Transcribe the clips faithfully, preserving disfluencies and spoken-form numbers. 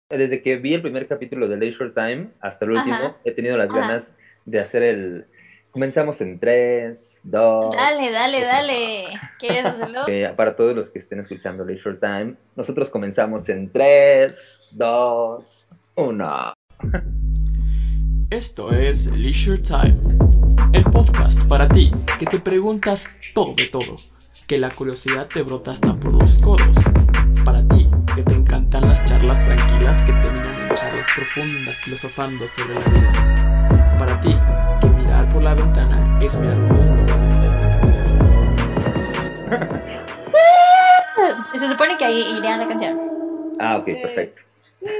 desde que vi el primer capítulo de Leisure Time hasta el último, Ajá, he tenido las ajá. ganas de hacer el... Comenzamos en tres, dos, Dale, dale, uno. dale. ¿Quieres hacerlo? Eh, para todos los que estén escuchando Leisure Time, nosotros comenzamos en tres, dos, uno. Esto es Leisure Time, el podcast para ti que te preguntas todo de todo, que la curiosidad te brota hasta por los codos, para ti que te encantan las charlas tranquilas que terminan en charlas profundas filosofando sobre la vida, para ti que mirar por la ventana es mirar un mundo que necesita cambiar. Se supone que ahí iría la canción. Ah, ok, Eh, perfecto.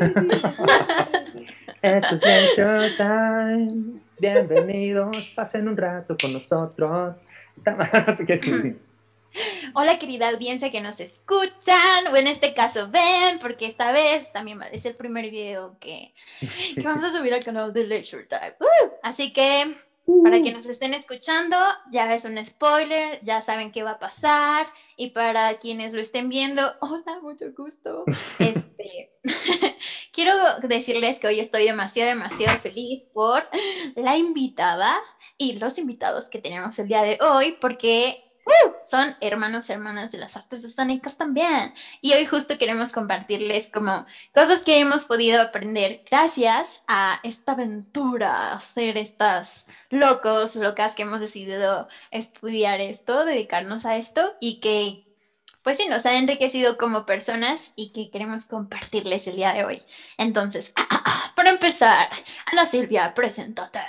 Esto es Leisure Time. Bienvenidos, pasen un rato con nosotros. Así que- Hola querida audiencia que nos escuchan, o en este caso ven, porque esta vez también va- es el primer video que, que vamos a subir al canal de Leisure Time. ¡Uh! Así que para que nos estén escuchando, ya es un spoiler, ya saben qué va a pasar. Y para quienes lo estén viendo, hola, mucho gusto. Este, quiero decirles que hoy estoy demasiado, demasiado feliz por la invitada y los invitados que tenemos el día de hoy, porque son hermanos y hermanas de las artes escénicas también. Y hoy justo queremos compartirles como cosas que hemos podido aprender gracias a esta aventura, a ser estas locos, locas que hemos decidido estudiar esto, dedicarnos a esto y que, pues sí, nos ha enriquecido como personas y que queremos compartirles el día de hoy. Entonces, para empezar, Ana Silvia, preséntate.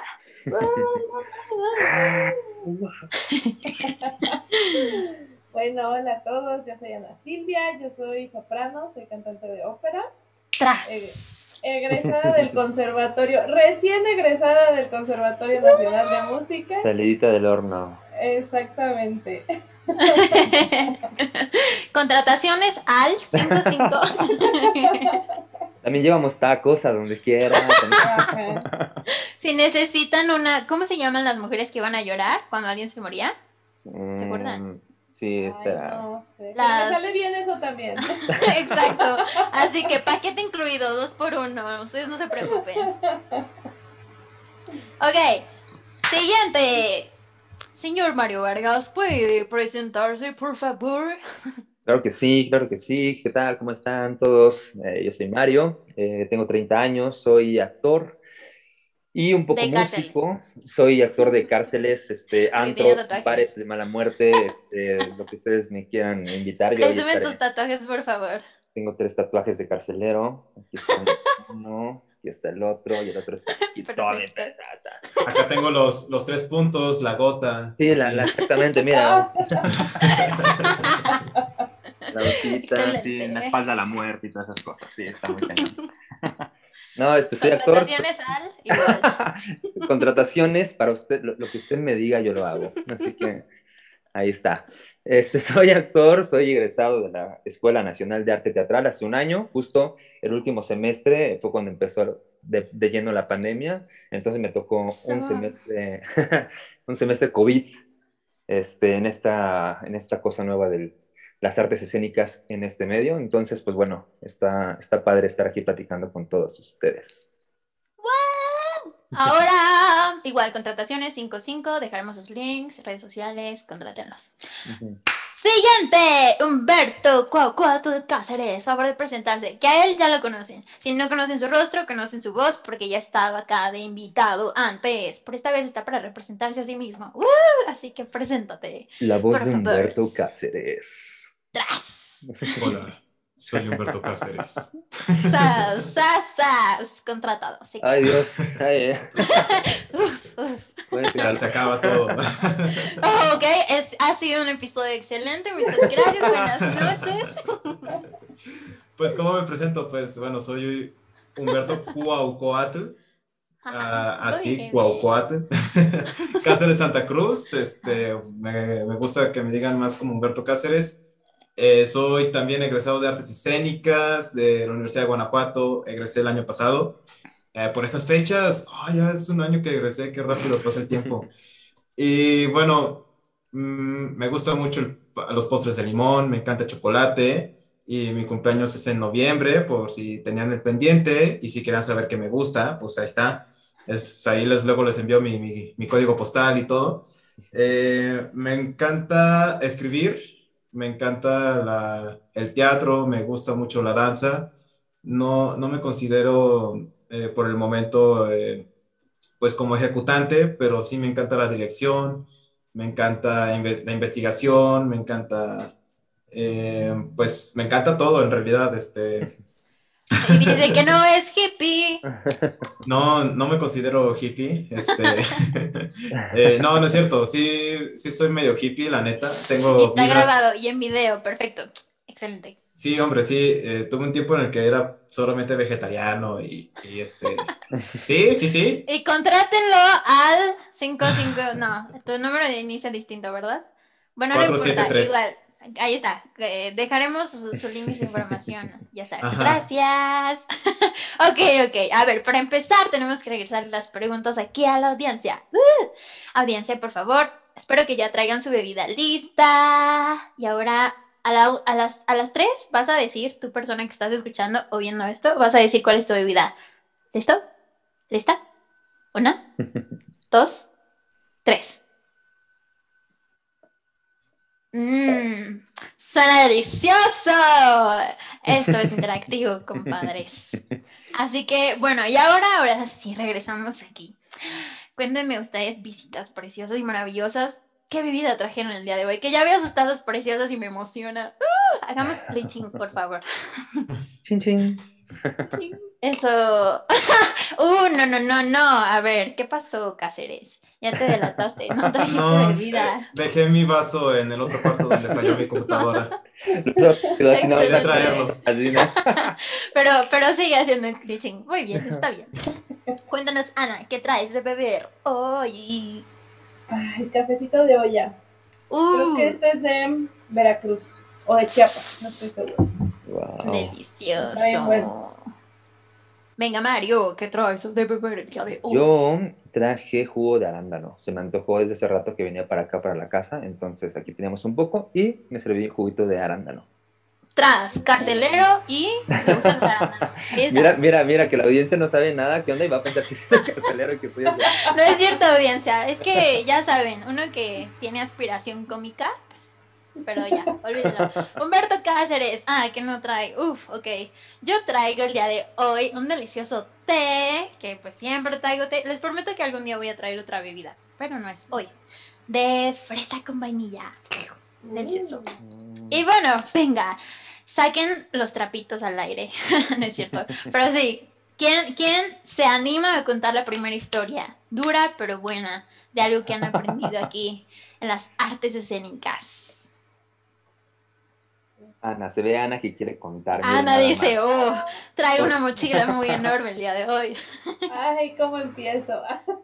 Bueno, hola a todos, yo soy Ana Silvia, yo soy soprano, soy cantante de ópera, Tras. eh, egresada del conservatorio, recién egresada del Conservatorio Nacional de Música. Salidita del horno. Exactamente. Contrataciones al cinco cinco. También llevamos tacos a donde quiera. Ajá. Si necesitan una, ¿cómo se llaman las mujeres que iban a llorar cuando alguien se moría? Mm, acuerdan? Sí, Ay, espera. no sé. Las- Pero me sale bien eso también. Exacto. Así que paquete incluido, dos por uno. Ustedes no se preocupen. Ok. Siguiente. Señor Mario Vargas, ¿puede presentarse, por favor? Claro que sí, claro que sí. ¿Qué tal? ¿Cómo están todos? Eh, yo soy Mario, eh, tengo treinta años, soy actor y un poco De cárceles. músico. Soy actor de cárceles, este, Porque tiene antros, tatuajes. bares de mala muerte, este, lo que ustedes me quieran invitar, yo ahí Presume tus estaré. tatuajes, por favor. Tengo tres tatuajes de carcelero. Aquí está uno, aquí está el otro y el otro está aquí. Todo de Perfecto. pedata. Acá tengo los, los tres puntos, la gota. Sí, la, así. la- exactamente, mira. La gotita, sí, en la Excelente. espalda la muerte y todas esas cosas. Sí, está muy cañón. No, este, soy actor. Contrataciones al igual. Contrataciones para usted, lo, lo que usted me diga, yo lo hago. Así que ahí está. Este, soy actor, soy egresado de la Escuela Nacional de Arte Teatral hace un año, justo el último semestre fue cuando empezó de, de lleno la pandemia, entonces me tocó un Eso. semestre, un semestre COVID, este, en esta, en esta cosa nueva de las artes escénicas en este medio. Entonces, pues bueno, está, está padre estar aquí platicando con todos ustedes. ¡Wow! Ahora, igual, contrataciones cinco cinco, dejaremos sus links, redes sociales, contrátenlos. Ujú. Siguiente, Humberto Cuauhcuatl de Cáceres, favor de presentarse, que a él ya lo conocen. Si no conocen su rostro, conocen su voz, porque ya estaba acá de invitado antes. Por esta vez está para representarse a sí mismo. ¡Uh! Así que preséntate, La voz por de favor. Humberto Cáceres. Tras. Hola, soy Humberto Cáceres. Sas, sas, sas. Contratado. Así que- Ay, Dios. Ay, eh. Uf, uf. Bueno, Ya se acaba todo. Oh, ok, es, ha sido un episodio excelente. Muchas gracias. Buenas noches. Pues, ¿cómo me presento? Pues, bueno, soy Humberto Cuauhcuatl. Ajá, ah, lo así, dije bien. Cuauhcuatl. Cáceres, Santa Cruz. Este, me, me gusta que me digan más como Humberto Cáceres. Eh, soy también egresado de Artes Escénicas de la Universidad de Guanajuato. Egresé el año pasado. Eh, por esas fechas, oh, ya es un año que egresé, qué rápido pasa el tiempo. Y bueno, mmm, me gustan mucho el, los postres de limón, me encanta el chocolate. y mi cumpleaños es en noviembre, por si tenían el pendiente y si querían saber qué me gusta, pues ahí está. Es, ahí les, luego les envío mi, mi, mi código postal y todo. Eh, me encanta escribir, me encanta la, el teatro, me gusta mucho la danza. No, no me considero eh, por el momento eh, pues como ejecutante, pero sí me encanta la dirección, me encanta inve- la investigación, me encanta, eh, pues me encanta todo en realidad. Este, Y dice que no es hippie. no, no me considero hippie. Este, eh, no, no es cierto, sí, sí soy medio hippie, la neta. Y Tengo está grabado y vibras. en video, perfecto. Excelente. Sí, hombre, sí, eh, tuve un tiempo en el que era solamente vegetariano y, y este, sí, sí, sí, Y contrátenlo al cinco cinco, no, tu número de inicio es distinto, ¿verdad? Bueno, no importa, igual, cuatro siete tres. ahí está, eh, dejaremos su, su link y su información, ya sabes, Ajá. gracias. Ok, ok, a ver, para empezar tenemos que regresar las preguntas aquí a la audiencia. Uh, audiencia, por favor, espero que ya traigan su bebida lista. Y ahora a, la- a las, a las tres vas a decir, tu persona que estás escuchando o viendo esto, vas a decir cuál es tu bebida. ¿Listo? ¿Lista? Una, dos, tres. Mmm, suena delicioso. Esto es interactivo, compadres. Así que, bueno, y ahora, ahora sí, regresamos aquí. Cuéntenme ustedes, visitas preciosas y maravillosas, ¿qué bebida trajeron el día de hoy? Que ya veo sus tazas preciosas y me emociona. ¡Uh! Hagamos bleaching, por favor. Chin, chin. Sí, eso. Uh, no, no, no, no. A ver, ¿qué pasó, Cáceres? Ya te delataste, no trajiste No, bebida. dejé mi vaso en el otro cuarto donde falló mi computadora. Solo quedó así, no, Olvidé Excelente. traerlo. así, ¿no? Pero, pero sigue haciendo el glitching. Muy bien, está bien. Cuéntanos, Ana, ¿qué traes de beber hoy? Ay, cafecito de olla. Creo que Uh, este es de Veracruz o de Chiapas, no estoy segura. Wow. Está bien bueno. delicioso. Venga, Mario, ¿qué traes de beber el día de hoy? Yo traje jugo de arándano. Se me antojó desde hace rato que venía para acá, para la casa. Entonces aquí teníamos un poco y me serví juguito de arándano. Tras, carcelero y le gusta el arándano. Ahí está. Mira, mira, mira, que la audiencia no sabe nada. ¿Qué onda? Y va a pensar que sí soy carcelero y que estoy haciendo. No es cierto, audiencia. Es que ya saben, uno que tiene aspiración cómica, pues, pero ya, olvídalo. Humberto Cáceres, ah, que no trae. Uf, ok. Yo traigo el día de hoy un delicioso té, que pues siempre traigo té. Les prometo que algún día voy a traer otra bebida, pero no es hoy. De fresa con vainilla. Delicioso. Y bueno, venga, saquen los trapitos al aire. No es cierto, pero sí. ¿Quién, ¿Quién se anima a contar la primera historia? Dura pero buena, de algo que han aprendido aquí en las artes escénicas. Ana, se ve Ana que quiere contar. miren Ana nada dice, más. oh, trae una mochila muy enorme el día de hoy. Ay, ¿cómo empiezo?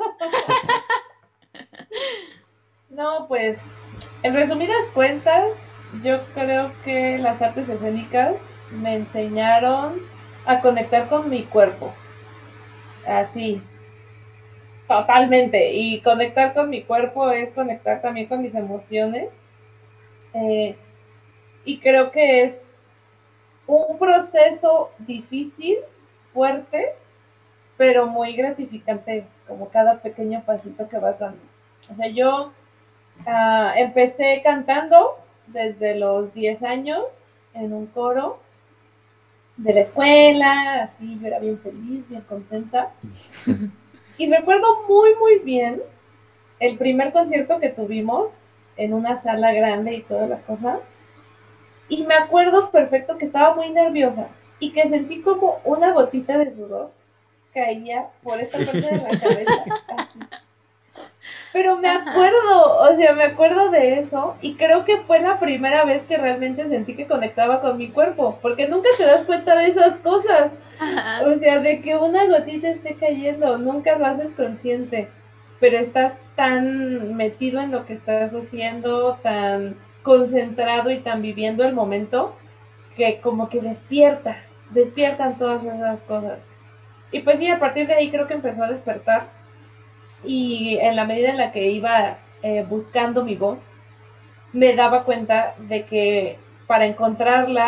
No, pues, en resumidas cuentas, yo creo que las artes escénicas me enseñaron a conectar con mi cuerpo. Así, totalmente. Y conectar con mi cuerpo es conectar también con mis emociones. Eh, y creo que es un proceso difícil, fuerte, pero muy gratificante, como cada pequeño pasito que vas dando. O sea, yo uh, empecé cantando desde los diez años en un coro de la escuela, así yo era bien feliz, bien contenta. Y recuerdo muy, muy bien el primer concierto que tuvimos en una sala grande y toda la cosa. Y me acuerdo perfecto que estaba muy nerviosa y que sentí como una gotita de sudor caía por esta parte de la cabeza. Así. Pero me acuerdo, o sea, me acuerdo de eso y creo que fue la primera vez que realmente sentí que conectaba con mi cuerpo, porque nunca te das cuenta de esas cosas. Ajá. O sea, de que una gotita esté cayendo, nunca lo haces consciente, pero estás tan metido en lo que estás haciendo, tan concentrado y tan viviendo el momento, que como que despierta, despiertan todas esas cosas. Y pues sí, a partir de ahí creo que empezó a despertar. Y en la medida en la que iba eh, buscando mi voz, me daba cuenta de que para encontrarla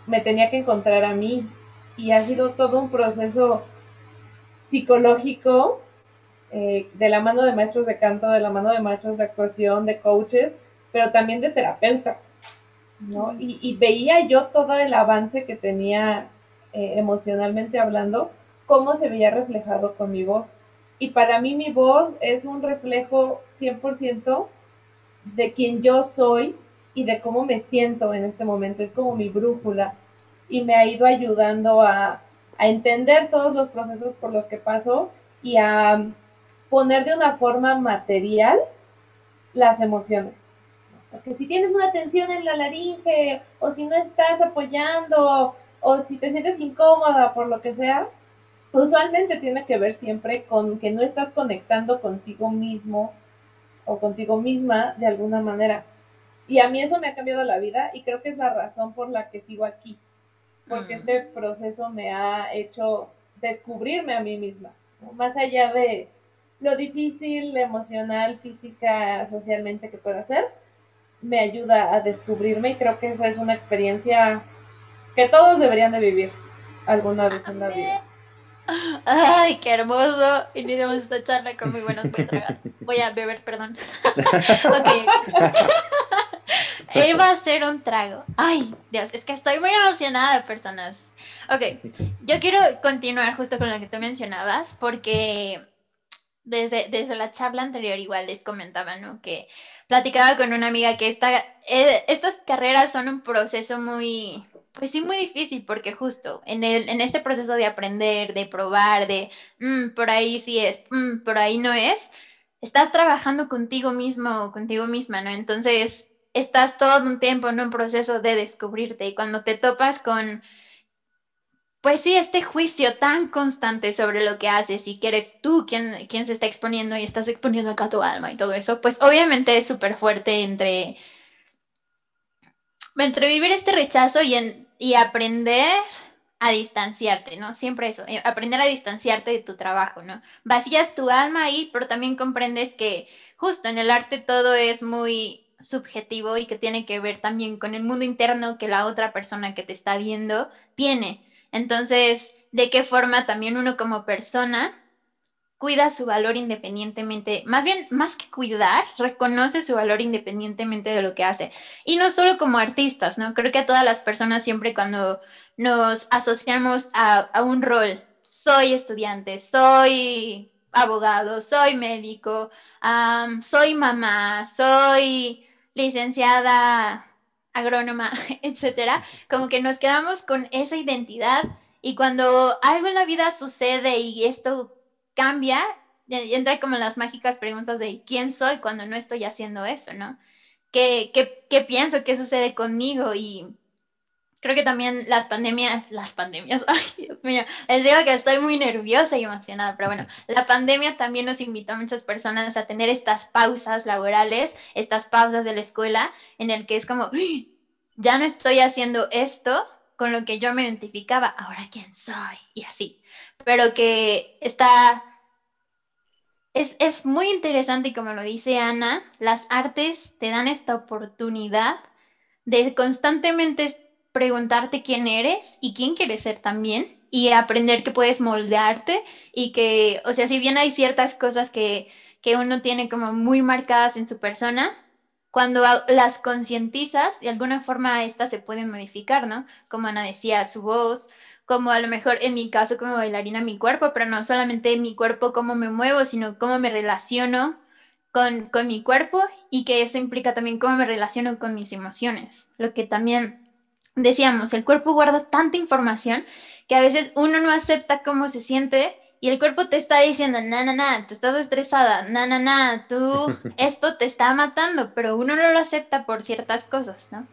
me tenía que encontrar a mí. Y ha sido todo un proceso psicológico, eh, de la mano de maestros de canto, de la mano de maestros de actuación, de coaches, pero también de terapeutas, ¿no? Y, y veía yo todo el avance que tenía, eh, emocionalmente hablando, cómo se veía reflejado con mi voz. Y para mí mi voz es un reflejo cien por ciento de quien yo soy y de cómo me siento en este momento. Es como mi brújula y me ha ido ayudando a, a entender todos los procesos por los que paso y a poner de una forma material las emociones. Porque si tienes una tensión en la laringe, o si no estás apoyando, o si te sientes incómoda por lo que sea, usualmente tiene que ver siempre con que no estás conectando contigo mismo o contigo misma de alguna manera. Y a mí eso me ha cambiado la vida y creo que es la razón por la que sigo aquí, porque este proceso me ha hecho descubrirme a mí misma, ¿no? Más allá de lo difícil, emocional, física, socialmente que pueda ser, me ayuda a descubrirme y creo que esa es una experiencia que todos deberían de vivir alguna vez en la vida. Ay, qué hermoso. Iniciamos esta charla con muy buenos. Voy a tragar. Voy a beber, perdón. Ok. Él va a hacer un trago. Ay, Dios, es que estoy muy emocionada, personas. Ok, yo quiero continuar justo con lo que tú mencionabas, porque desde, desde la charla anterior igual les comentaba, ¿no? Que platicaba con una amiga que esta, eh, estas carreras son un proceso muy, pues sí, muy difícil, porque justo en el, en este proceso de aprender, de probar, de mm, por ahí sí es, mm, por ahí no es, estás trabajando contigo mismo o contigo misma, ¿no? Entonces, estás todo un tiempo en un proceso de descubrirte y cuando te topas con, pues sí, este juicio tan constante sobre lo que haces y que eres tú quien, quien se está exponiendo y estás exponiendo acá tu alma y todo eso, pues obviamente es súper fuerte entre, entre vivir este rechazo y, en, y aprender a distanciarte, ¿no? Siempre eso, eh, aprender a distanciarte de tu trabajo, ¿no? Vacías tu alma ahí, pero también comprendes que justo en el arte todo es muy subjetivo y que tiene que ver también con el mundo interno que la otra persona que te está viendo tiene. Entonces, ¿de qué forma también uno como persona cuida su valor independientemente, más bien, más que cuidar, reconoce su valor independientemente de lo que hace? Y no solo como artistas, ¿no? Creo que a todas las personas siempre cuando nos asociamos a, a un rol, soy estudiante, soy abogado, soy médico, um, soy mamá, soy licenciada agrónoma, etcétera, como que nos quedamos con esa identidad y cuando algo en la vida sucede y esto cambia, y entra como las mágicas preguntas de quién soy cuando no estoy haciendo eso, ¿no? ¿Qué, qué, qué pienso? ¿Qué sucede conmigo? Y creo que también las pandemias, las pandemias, ay Dios mío, les digo que estoy muy nerviosa y emocionada, pero bueno, la pandemia también nos invitó a muchas personas a tener estas pausas laborales, estas pausas de la escuela, en el que es como, ya no estoy haciendo esto con lo que yo me identificaba, ahora quién soy, y así, pero que está es, es muy interesante y como lo dice Ana, las artes te dan esta oportunidad de constantemente preguntarte quién eres y quién quieres ser también y aprender que puedes moldearte y que, o sea, si bien hay ciertas cosas que, que uno tiene como muy marcadas en su persona, cuando a- las concientizas, de alguna forma estas se pueden modificar, ¿no? Como Ana decía, su voz, como a lo mejor en mi caso como bailarina mi cuerpo, pero no solamente mi cuerpo, cómo me muevo, sino cómo me relaciono con, con mi cuerpo y que eso implica también cómo me relaciono con mis emociones. Lo que también decíamos, el cuerpo guarda tanta información que a veces uno no acepta cómo se siente y el cuerpo te está diciendo, na, na, na, tú estás estresada, na, na, na, tú, esto te está matando, pero uno no lo acepta por ciertas cosas, ¿no?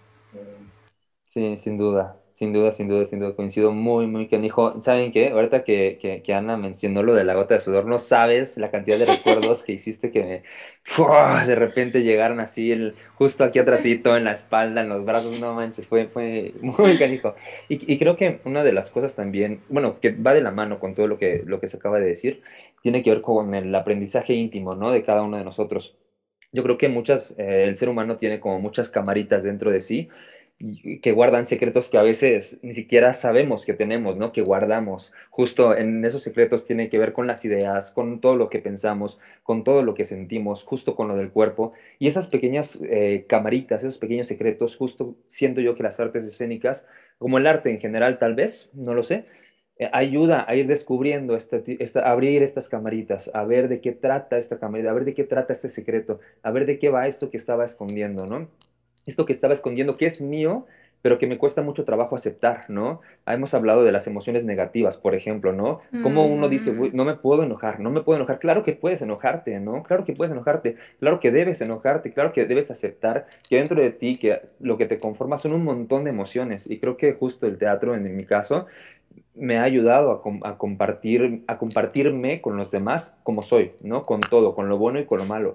Sí, sin duda, sin duda, sin duda, sin duda, coincido muy, muy canijo. ¿Saben qué? Ahorita que, que, que Ana mencionó lo de la gota de sudor, no sabes la cantidad de recuerdos que hiciste que me, ¡fua! De repente llegaron así, el, justo aquí atrásito, en la espalda, en los brazos, no manches, fue, fue muy canijo. Y, y creo que una de las cosas también, bueno, que va de la mano con todo lo que, lo que se acaba de decir, tiene que ver con el aprendizaje íntimo, ¿no? De cada uno de nosotros. Yo creo que muchas, eh, el ser humano tiene como muchas camaritas dentro de sí que guardan secretos que a veces ni siquiera sabemos que tenemos, ¿no? Que guardamos. Justo en esos secretos tiene que ver con las ideas, con todo lo que pensamos, con todo lo que sentimos, justo con lo del cuerpo. Y esas pequeñas eh, camaritas, esos pequeños secretos, justo siento yo que las artes escénicas, como el arte en general tal vez, no lo sé, eh, ayuda a ir descubriendo, esta, esta, abrir estas camaritas, a ver de qué trata esta camarita, a ver de qué trata este secreto, a ver de qué va esto que estaba escondiendo, ¿no? Esto que estaba escondiendo, que es mío, pero que me cuesta mucho trabajo aceptar, ¿no? Hemos hablado de las emociones negativas, por ejemplo, ¿no? Como uno dice, "Uy, Ujú. no me puedo enojar, no me puedo enojar". Claro que puedes enojarte, ¿no? Claro que puedes enojarte, claro que debes enojarte, claro que debes aceptar que dentro de ti, que lo que te conforma son un montón de emociones. Y creo que justo el teatro, en, en mi caso, me ha ayudado a, com a, compartir, a compartirme con los demás como soy, ¿no? Con todo, con lo bueno y con lo malo.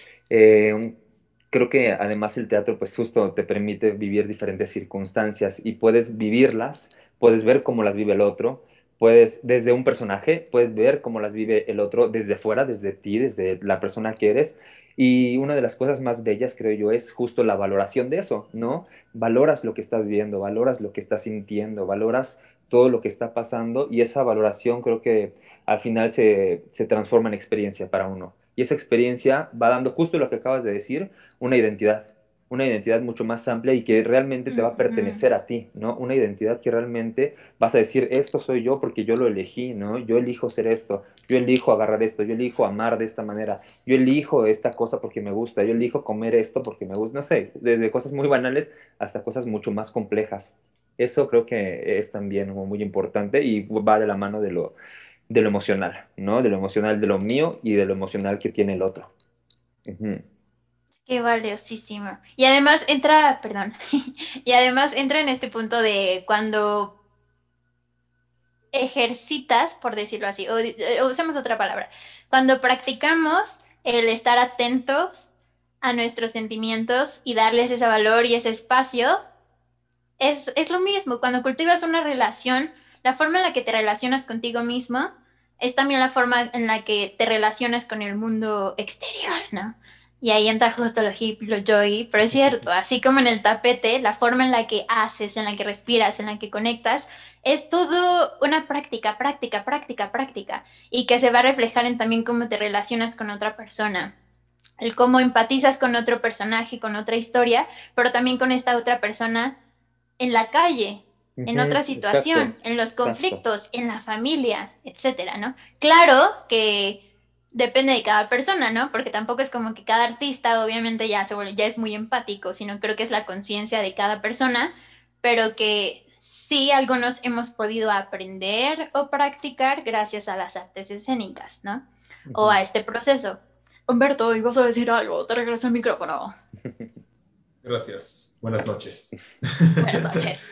Eh, Creo que además el teatro pues justo te permite vivir diferentes circunstancias y puedes vivirlas, puedes ver cómo las vive el otro, puedes desde un personaje, puedes ver cómo las vive el otro desde fuera, desde ti, desde la persona que eres. Y una de las cosas más bellas, creo yo, es justo la valoración de eso, ¿no? Valoras lo que estás viendo, valoras lo que estás sintiendo, valoras todo lo que está pasando y esa valoración creo que al final se, se transforma en experiencia para uno. Y esa experiencia va dando justo lo que acabas de decir, una identidad, una identidad mucho más amplia y que realmente te va a Ujú. pertenecer a ti, ¿no? Una identidad que realmente vas a decir, esto soy yo porque yo lo elegí, ¿no? Yo elijo ser esto, yo elijo agarrar esto, yo elijo amar de esta manera, yo elijo esta cosa porque me gusta, yo elijo comer esto porque me gusta, no sé, desde cosas muy banales hasta cosas mucho más complejas. Eso creo que es también como muy importante y va de la mano de lo, de lo emocional, ¿no? De lo emocional de lo mío y de lo emocional que tiene el otro. Ujú. Qué valiosísimo. Y además entra, perdón, y además entra en este punto de cuando ejercitas, por decirlo así, o, eh, usemos otra palabra, cuando practicamos el estar atentos a nuestros sentimientos y darles ese valor y ese espacio, es, es lo mismo. Cuando cultivas una relación, la forma en la que te relacionas contigo mismo es también la forma en la que te relacionas con el mundo exterior, ¿no? Y ahí entra justo lo hippie, lo joy, pero es cierto, así como en el tapete, la forma en la que haces, en la que respiras, en la que conectas, es todo una práctica, práctica, práctica, práctica, y que se va a reflejar en también cómo te relacionas con otra persona, el cómo empatizas con otro personaje, con otra historia, pero también con esta otra persona en la calle, en Ujú, otra situación, exacto, en los exacto. conflictos, en la familia, etcétera, ¿no? Claro que depende de cada persona, ¿no? Porque tampoco es como que cada artista obviamente ya se vuelve, ya es muy empático, sino creo que es la conciencia de cada persona, pero que sí algunos hemos podido aprender o practicar gracias a las artes escénicas, ¿no? O Ujú. a este proceso. Humberto, ibas a decir algo, te regreso el micrófono. Gracias. Buenas noches. Buenas noches.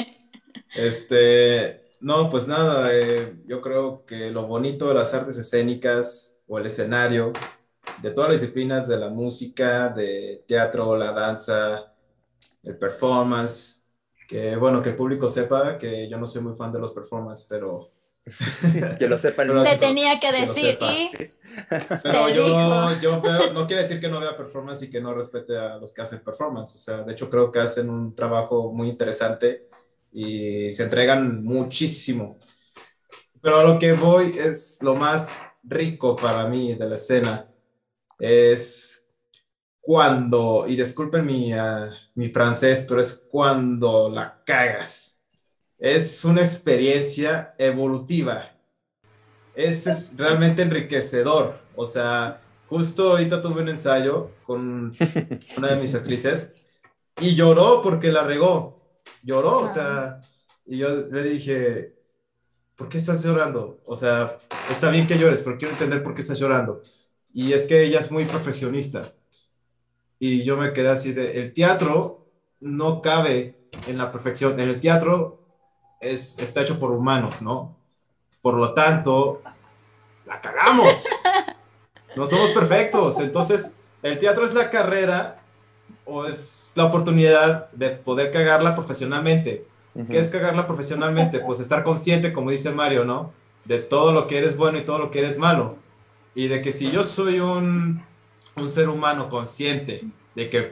Este, no, pues nada, eh, yo creo que lo bonito de las artes escénicas o el escenario, de todas las disciplinas de la música, de teatro, la danza, el performance, que bueno, que el público sepa que yo no soy muy fan de los performance, pero, Que lo sepa el pero así Te mundo. tenía que que lo decir sepa. y Pero te dijo. yo, yo veo, no quiere decir que no vea performance y que no respete a los que hacen performance. O sea, de hecho creo que hacen un trabajo muy interesante y se entregan muchísimo. Pero a lo que voy es lo más rico para mí de la escena. Es cuando, y disculpen mi, uh, mi francés, pero es cuando la cagas. Es una experiencia evolutiva. Es, es realmente enriquecedor. O sea, justo ahorita tuve un ensayo con una de mis actrices y lloró porque la regó. Lloró, o Ah, sea, y yo le dije, ¿por qué estás llorando? O sea, está bien que llores, pero quiero entender por qué estás llorando. Y es que ella es muy perfeccionista. Y yo me quedé así de, el teatro no cabe en la perfección. En el teatro es, está hecho por humanos, ¿no? Por lo tanto, la cagamos. No somos perfectos. Entonces, el teatro es la carrera o es la oportunidad de poder cagarla profesionalmente. ¿Qué es Ujú. cagarla profesionalmente? Pues estar consciente, como dice Mario, ¿no? De todo lo que eres bueno y todo lo que eres malo. Y de que si yo soy un, un ser humano consciente de que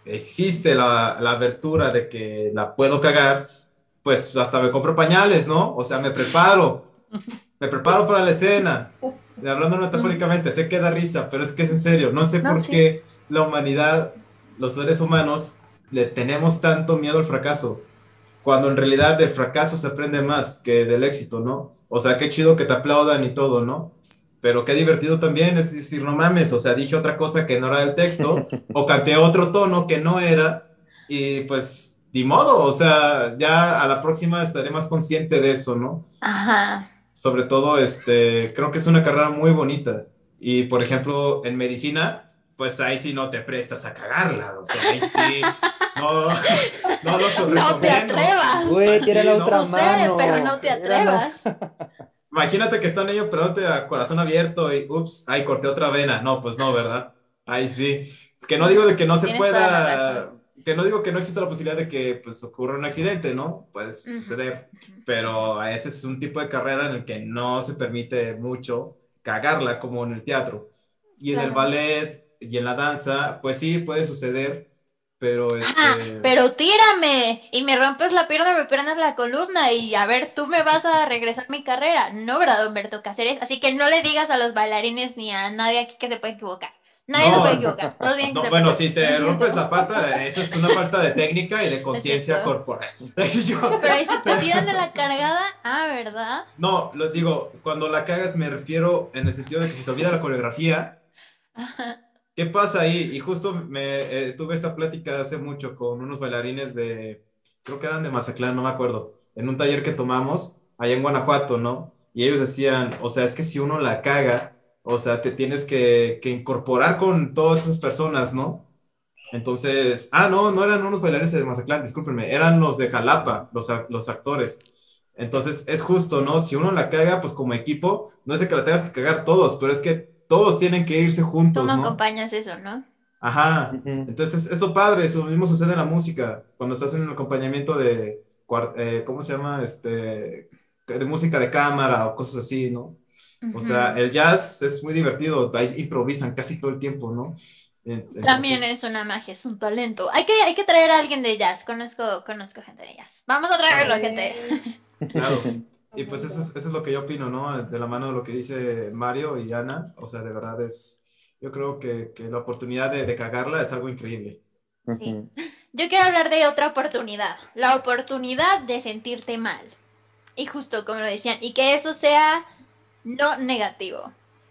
existe la, la abertura de que la puedo cagar, pues hasta me compro pañales, ¿no? O sea, me preparo, me preparo para la escena. Y hablando metafóricamente, sé que da risa, pero es que es en serio, no sé No, por sí. qué la humanidad, los seres humanos, le tenemos tanto miedo al fracaso, cuando en realidad del fracaso se aprende más que del éxito, ¿no? O sea, qué chido que te aplaudan y todo, ¿no? Pero qué divertido también es decir, no mames, o sea, dije otra cosa que no era del texto, o canté otro tono que no era, y pues, ni modo, o sea, ya a la próxima estaré más consciente de eso, ¿no? Ajá. Sobre todo, este, creo que es una carrera muy bonita. Y, por ejemplo, en medicina, pues ahí sí no te prestas a cagarla, o sea, ahí sí, no, no lo No te recomiendo. atrevas. Güey, que era la Sí, ¿no? otra Sucede, mano. pero no te Era la- atrevas. Imagínate que están ellos operándote a corazón abierto y, ups, ahí corté otra vena. No, pues no, ¿verdad? Ahí sí. Que no digo de que no se Tienes toda la razón. pueda, que no digo que no exista la posibilidad de que pues ocurra un accidente, ¿no? Puede Ujú. suceder, pero ese es un tipo de carrera en el que no se permite mucho cagarla como en el teatro. Y en el Claro. ballet y en la danza, pues sí, puede suceder, pero Ah, este... pero tírame y me rompes la pierna, me pierdes la columna y a ver, tú me vas a regresar mi carrera. No, ¿verdad, Humberto Cáceres? Así que no le digas a los bailarines ni a nadie aquí que se puede equivocar. Nadie se puede No, equivocar. Todos tienen que no, ser bueno, si perfectos. No te es cierto. rompes la pata, eso es una falta de técnica y de No es conciencia cierto. corporal. Yo- Pero ¿y si te tiran de la cargada? Ah, ¿verdad? No, lo digo, cuando la cagas me refiero en el sentido de que si te olvida la coreografía, Ajá. ¿qué pasa ahí? Y justo me eh, tuve esta plática hace mucho con unos bailarines de, creo que eran de Mazatlán, no me acuerdo, en un taller que tomamos allá en Guanajuato, ¿no? Y ellos decían, o sea, es que si uno la caga, o sea, te tienes que, que incorporar con todas esas personas, ¿no? Entonces, ah, no, no eran unos bailarines de Mazatlán, discúlpenme, eran los de Jalapa, los, a- los actores. Entonces, es justo, ¿no? Si uno la caga, pues como equipo, no es de que la tengas que cagar todos, pero es que todos tienen que irse ¿Cómo juntos, ¿no? acompañas eso, no? Ajá. Ujú. Entonces, es lo padre, eso mismo sucede en la música, cuando estás en un acompañamiento de, cuar- eh, ¿cómo se llama? Este, de música de cámara o cosas así, ¿no? O sea, Ujú. el jazz es muy divertido, ahí improvisan casi todo el tiempo, ¿no? En- También es una Entonces... magia, es un talento. Hay que, hay que traer a alguien de jazz. Conozco, conozco gente de jazz. Vamos a traerlo, Claro, gente. claro. Y pues eso Momento. es, eso es lo que yo opino, ¿no? De la mano de lo que dice Mario y Ana. O sea, de verdad es, yo creo que, que la oportunidad de, de cagarla es algo increíble. Sí. Ujú. Yo quiero hablar de otra oportunidad. La oportunidad de sentirte mal. Y justo como lo decían, y que eso sea no negativo.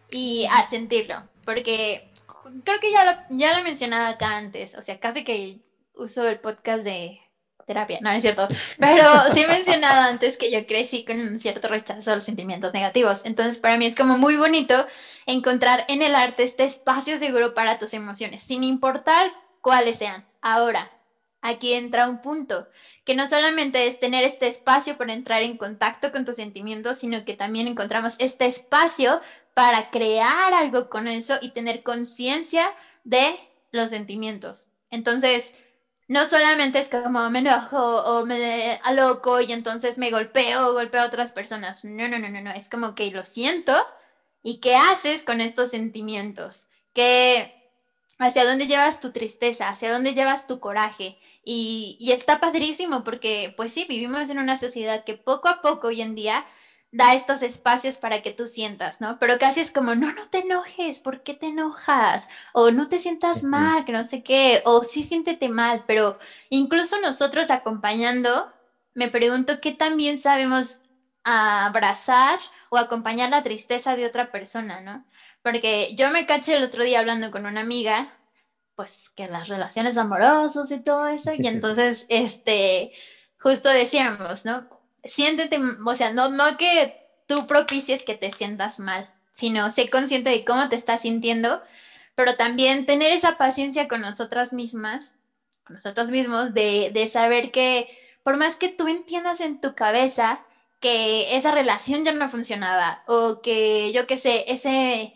Y a sentirlo. Porque creo que ya lo, ya lo he mencionado acá antes. O sea, casi que uso el podcast de terapia. No, no es cierto. Pero sí he mencionado antes que yo crecí con un cierto rechazo a los sentimientos negativos. Entonces, para mí es como muy bonito encontrar en el arte este espacio seguro para tus emociones, sin importar cuáles sean. Ahora, aquí entra un punto, que no solamente es tener este espacio para entrar en contacto con tus sentimientos, sino que también encontramos este espacio para crear algo con eso y tener conciencia de los sentimientos. Entonces, no solamente es como me enojo o me aloco y entonces me golpeo o golpeo a otras personas. No, no, no, no, no. Es como que lo siento y qué haces con estos sentimientos. Que hacia dónde llevas tu tristeza, hacia dónde llevas tu coraje. Y, y está padrísimo porque, pues sí, vivimos en una sociedad que poco a poco hoy en día da estos espacios para que tú sientas, ¿no? Pero casi es como, no, no te enojes, ¿por qué te enojas? O no te sientas Ujú. mal, que no sé qué, o sí siéntete mal, pero incluso nosotros acompañando, me pregunto qué también sabemos abrazar o acompañar la tristeza de otra persona, ¿no? Porque yo me caché el otro día hablando con una amiga, pues que las relaciones amorosas y todo eso, y entonces, este, justo decíamos, ¿no? Siéntete, o sea, no, no que tú propicies que te sientas mal, sino sé consciente de cómo te estás sintiendo, pero también tener esa paciencia con nosotras mismas, con nosotros mismos, de, de saber que por más que tú entiendas en tu cabeza que esa relación ya no funcionaba, o que yo qué sé, ese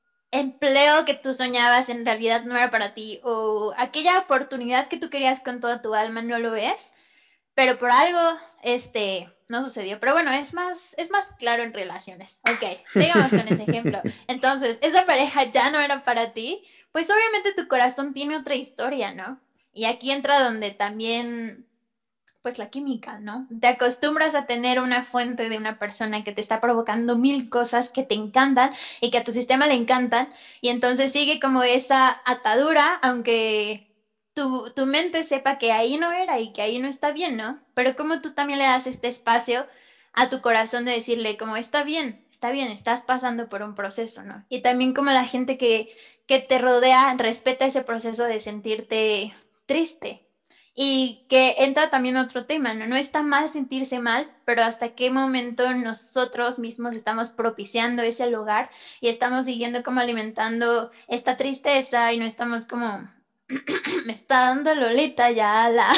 empleo que tú soñabas en realidad no era para ti, o aquella oportunidad que tú querías con toda tu alma no lo es, pero por algo, este, no sucedió. Pero bueno, es más, es más claro en relaciones. Ok, sigamos con ese ejemplo. Entonces, esa pareja ya no era para ti, pues obviamente tu corazón tiene otra historia, ¿no? Y aquí entra donde también, pues la química, ¿no? Te acostumbras a tener una fuente de una persona que te está provocando mil cosas que te encantan y que a tu sistema le encantan, y entonces sigue como esa atadura, aunque tu, tu mente sepa que ahí no era y que ahí no está bien, ¿no? Pero como tú también le das este espacio a tu corazón de decirle como está bien, está bien, estás pasando por un proceso, ¿no? Y también como la gente que, que te rodea respeta ese proceso de sentirte triste. Y que entra también otro tema, ¿no? No está mal sentirse mal, pero hasta qué momento nosotros mismos estamos propiciando ese lugar y estamos siguiendo como alimentando esta tristeza y no estamos como, me está dando Lolita ya la...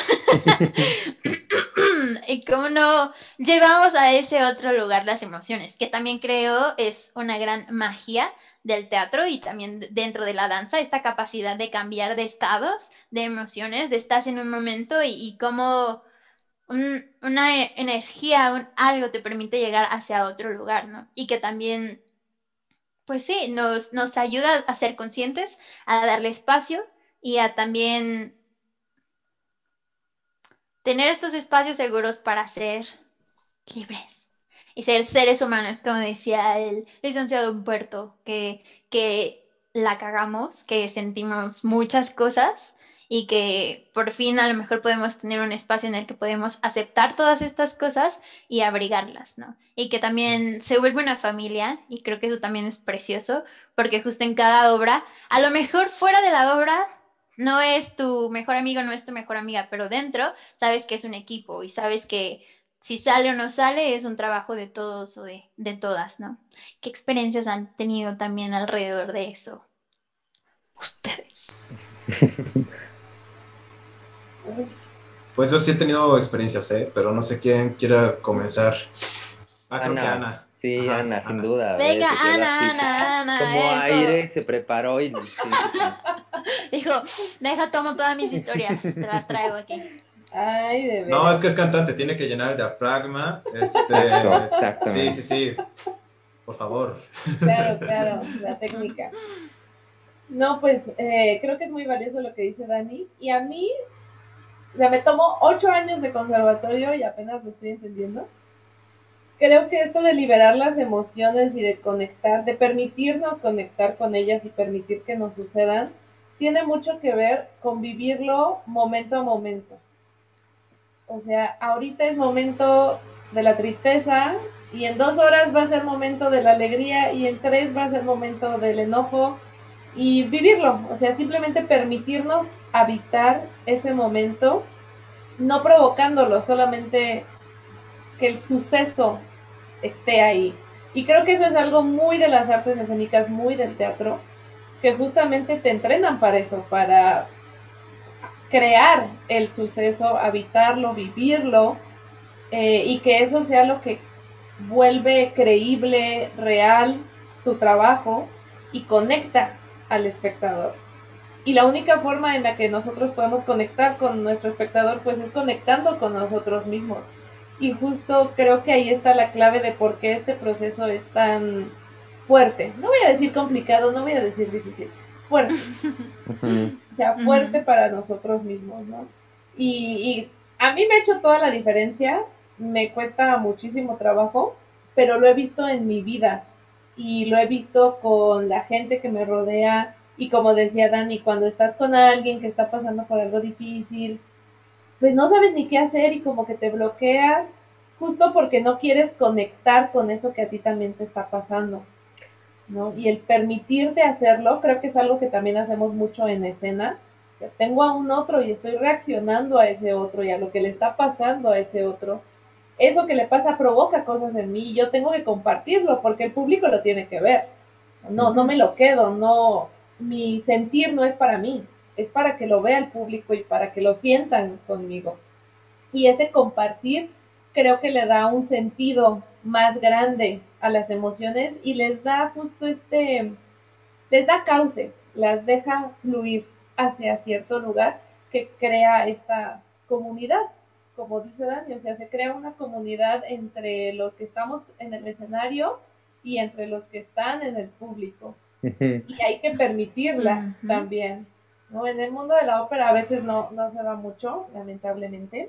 y cómo no llevamos a ese otro lugar las emociones, que también creo es una gran magia del teatro y también dentro de la danza, esta capacidad de cambiar de estados, de emociones, de estar en un momento y, y cómo un- una e- energía, un, algo te permite llegar hacia otro lugar, ¿no? Y que también, pues sí, nos, nos ayuda a ser conscientes, a darle espacio y a también tener estos espacios seguros para ser libres y ser seres humanos, como decía el licenciado Humberto, que, que la cagamos, que sentimos muchas cosas y que por fin a lo mejor podemos tener un espacio en el que podemos aceptar todas estas cosas y abrigarlas, ¿no? Y que también se vuelve una familia, y creo que eso también es precioso, porque justo en cada obra, a lo mejor fuera de la obra, no es tu mejor amigo, no es tu mejor amiga, pero dentro sabes que es un equipo y sabes que si sale o no sale, es un trabajo de todos o de, de todas, ¿no? ¿Qué experiencias han tenido también alrededor de eso ustedes? Uy, Pues yo sí he tenido experiencias, ¿eh? Pero no sé quién quiera comenzar. Ah, creo que Ana, Ana. sí, Ajá, Ana, sin Ana. duda. Venga, ¿Ves? Se quedó Ana, así, Ana, como Ana, aire, eso. se preparó y sí, sí, sí. Dijo, deja, tomo todas mis historias, te las traigo aquí. ay, de No, es veras. que es cantante, tiene que llenar el diafragma. Exacto, Este, sí, exactamente. sí, sí, por favor. Claro, claro, la técnica. No, pues eh, creo que es muy valioso lo que dice Dani. Y a mí, o sea, me tomó ocho años de conservatorio y apenas lo estoy entendiendo. Creo que esto de liberar las emociones y de conectar, de permitirnos conectar con ellas y permitir que nos sucedan, tiene mucho que ver con vivirlo momento a momento. O sea, ahorita es momento de la tristeza y en dos horas va a ser momento de la alegría y en tres va a ser momento del enojo y vivirlo. O sea, simplemente permitirnos habitar ese momento, no provocándolo, solamente que el suceso esté ahí. Y creo que eso es algo muy de las artes escénicas, muy del teatro, que justamente te entrenan para eso, para crear el suceso, habitarlo, vivirlo, eh, y que eso sea lo que vuelve creíble, real tu trabajo y conecta al espectador. Y la única forma en la que nosotros podemos conectar con nuestro espectador, pues es conectando con nosotros mismos. Y justo creo que ahí está la clave de por qué este proceso es tan fuerte. No voy a decir complicado, no voy a decir difícil, fuerte. Ujú. O sea, fuerte para nosotros mismos, ¿no? Y, y a mí me ha hecho toda la diferencia, me cuesta muchísimo trabajo, pero lo he visto en mi vida y lo he visto con la gente que me rodea y como decía Dani, cuando estás con alguien que está pasando por algo difícil, pues no sabes ni qué hacer y como que te bloqueas justo porque no quieres conectar con eso que a ti también te está pasando, ¿no? Y el permitirte hacerlo, creo que es algo que también hacemos mucho en escena. O sea, tengo a un otro y estoy reaccionando a ese otro y a lo que le está pasando a ese otro. Eso que le pasa provoca cosas en mí y yo tengo que compartirlo porque el público lo tiene que ver. No, no me lo quedo, no, mi sentir no es para mí, es para que lo vea el público y para que lo sientan conmigo. Y ese compartir creo que le da un sentido más grande a las emociones y les da justo este, les da cauce, las deja fluir hacia cierto lugar que crea esta comunidad, como dice Dani, o sea, se crea una comunidad entre los que estamos en el escenario y entre los que están en el público. Ujú. Y hay que permitirla Ujú. también. ¿no? En el mundo de la ópera a veces no, no se da mucho, lamentablemente.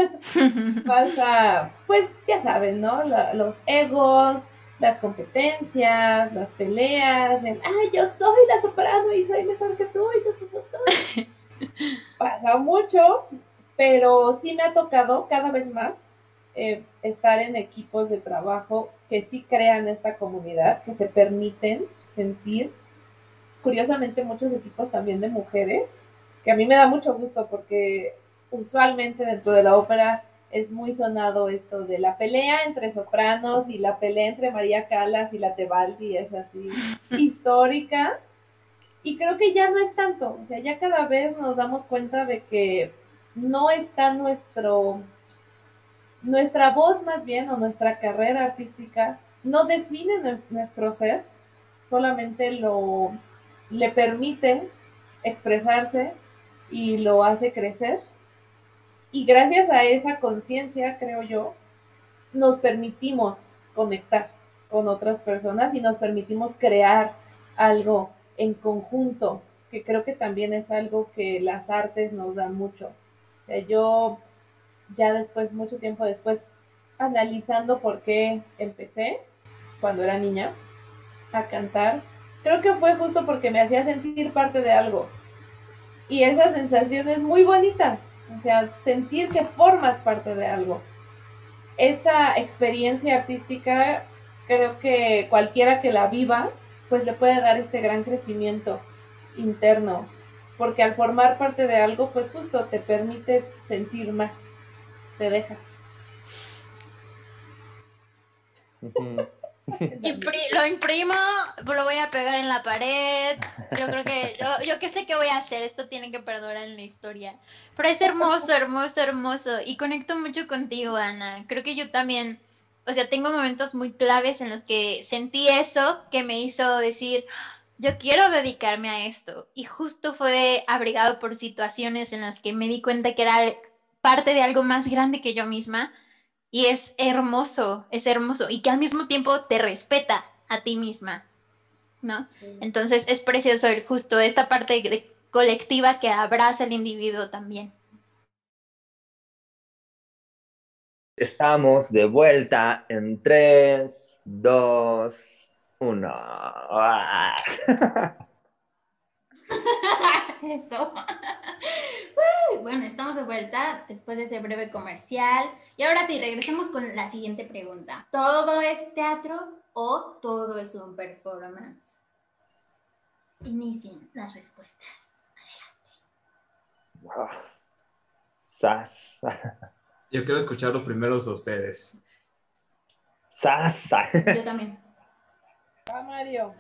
Pasa, pues ya saben, ¿no? La, los egos, las competencias, las peleas, el, ay, yo soy la soprano y soy mejor que tú y tú, tú, tú, tú. Pasa mucho, pero sí me ha tocado cada vez más eh, estar en equipos de trabajo que sí crean esta comunidad, que se permiten sentir, curiosamente muchos equipos también de mujeres, que a mí me da mucho gusto porque usualmente dentro de la ópera es muy sonado esto de la pelea entre sopranos y la pelea entre María Callas y la Tebaldi, es así histórica, y creo que ya no es tanto, o sea, ya cada vez nos damos cuenta de que no está nuestro, nuestra voz más bien, o nuestra carrera artística, no define nuestro ser, solamente lo le permite expresarse y lo hace crecer. Y gracias a esa conciencia, creo yo, nos permitimos conectar con otras personas y nos permitimos crear algo en conjunto, que creo que también es algo que las artes nos dan mucho. O sea, yo ya después, mucho tiempo después, analizando por qué empecé cuando era niña a cantar, creo que fue justo porque me hacía sentir parte de algo. Y esa sensación es muy bonita, o sea, sentir que formas parte de algo. Esa experiencia artística, creo que cualquiera que la viva, pues le puede dar este gran crecimiento interno, porque al formar parte de algo, pues justo te permites sentir más, te dejas. Ujú. Impri- lo imprimo, lo voy a pegar en la pared. Yo creo que, yo, yo qué sé qué voy a hacer, esto tiene que perdurar en la historia. Pero es hermoso, hermoso, hermoso. Y conecto mucho contigo, Ana. Creo que yo también, o sea, tengo momentos muy claves en los que sentí eso que me hizo decir, yo quiero dedicarme a esto. Y justo fue abrigado por situaciones en las que me di cuenta que era parte de algo más grande que yo misma. Y es hermoso, es hermoso. Y que al mismo tiempo te respeta a ti misma, ¿no? Sí. Entonces es precioso el justo esta parte de colectiva que abraza al individuo también. Estamos de vuelta en tres, dos, uno. Eso. Bueno, estamos de vuelta después de ese breve comercial. Y ahora sí, regresemos con la siguiente pregunta. ¿Todo es teatro o todo es un performance? Inicien las respuestas. Sas. Yo quiero escucharlo primero a ustedes. Sas. Yo también. Va, Mario.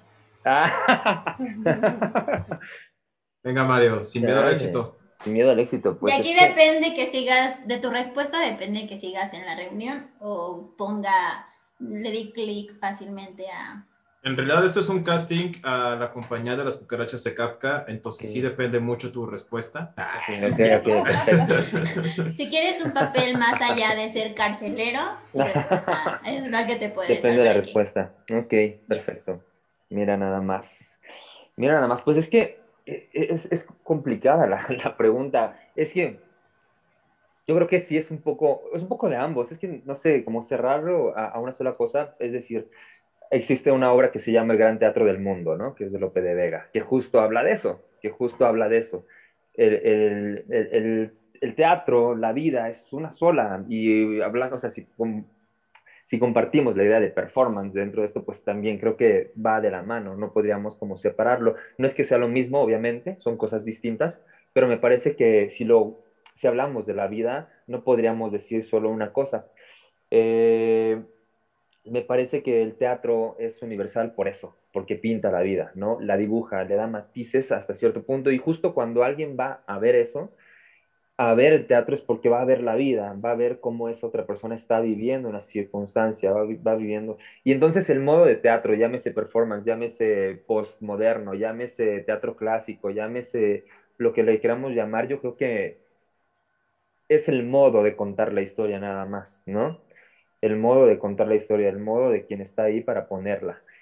Venga, Mario, sin miedo al Dale. éxito. Sin miedo al éxito. Pues de aquí es que- depende que sigas, de tu respuesta depende que sigas en la reunión o ponga, le di clic fácilmente a... En realidad esto es un casting a la compañía de las cucarachas de Kafka, entonces Ok. sí depende mucho tu respuesta. Ah, Ok, no es ok, cierto. ok, perfecto. Si quieres un papel más allá de ser carcelero, tu respuesta es la que te puede Depende de la salvar aquí. respuesta. Ok, perfecto. Yes. Mira nada más. Mira nada más. Pues es que eh, es, es complicada la, la pregunta. Es que yo creo que sí es un poco, es un poco de ambos. Es que, no sé, como cerrarlo a, a una sola cosa. Es decir, existe una obra que se llama El Gran Teatro del Mundo, ¿no? Que es de Lope de Vega, que justo habla de eso, que justo habla de eso. El, el, el, el, el teatro, la vida, es una sola. Y hablando, o sea, si, si compartimos la idea de performance dentro de esto, pues también creo que va de la mano, no podríamos como separarlo. No es que sea lo mismo, obviamente, son cosas distintas, pero me parece que si, lo, si hablamos de la vida, no podríamos decir solo una cosa. Eh, me parece que el teatro es universal por eso, porque pinta la vida, ¿no? La dibuja, le da matices hasta cierto punto, y justo cuando alguien va a ver eso, a ver el teatro es porque va a ver la vida, va a ver cómo esa otra persona está viviendo una circunstancia, va, va viviendo. Y entonces el modo de teatro, llámese performance, llámese postmoderno, llámese teatro clásico, llámese lo que le queramos llamar, yo creo que es el modo de contar la historia nada más, ¿no? El modo de contar la historia, el modo de quien está ahí para ponerla.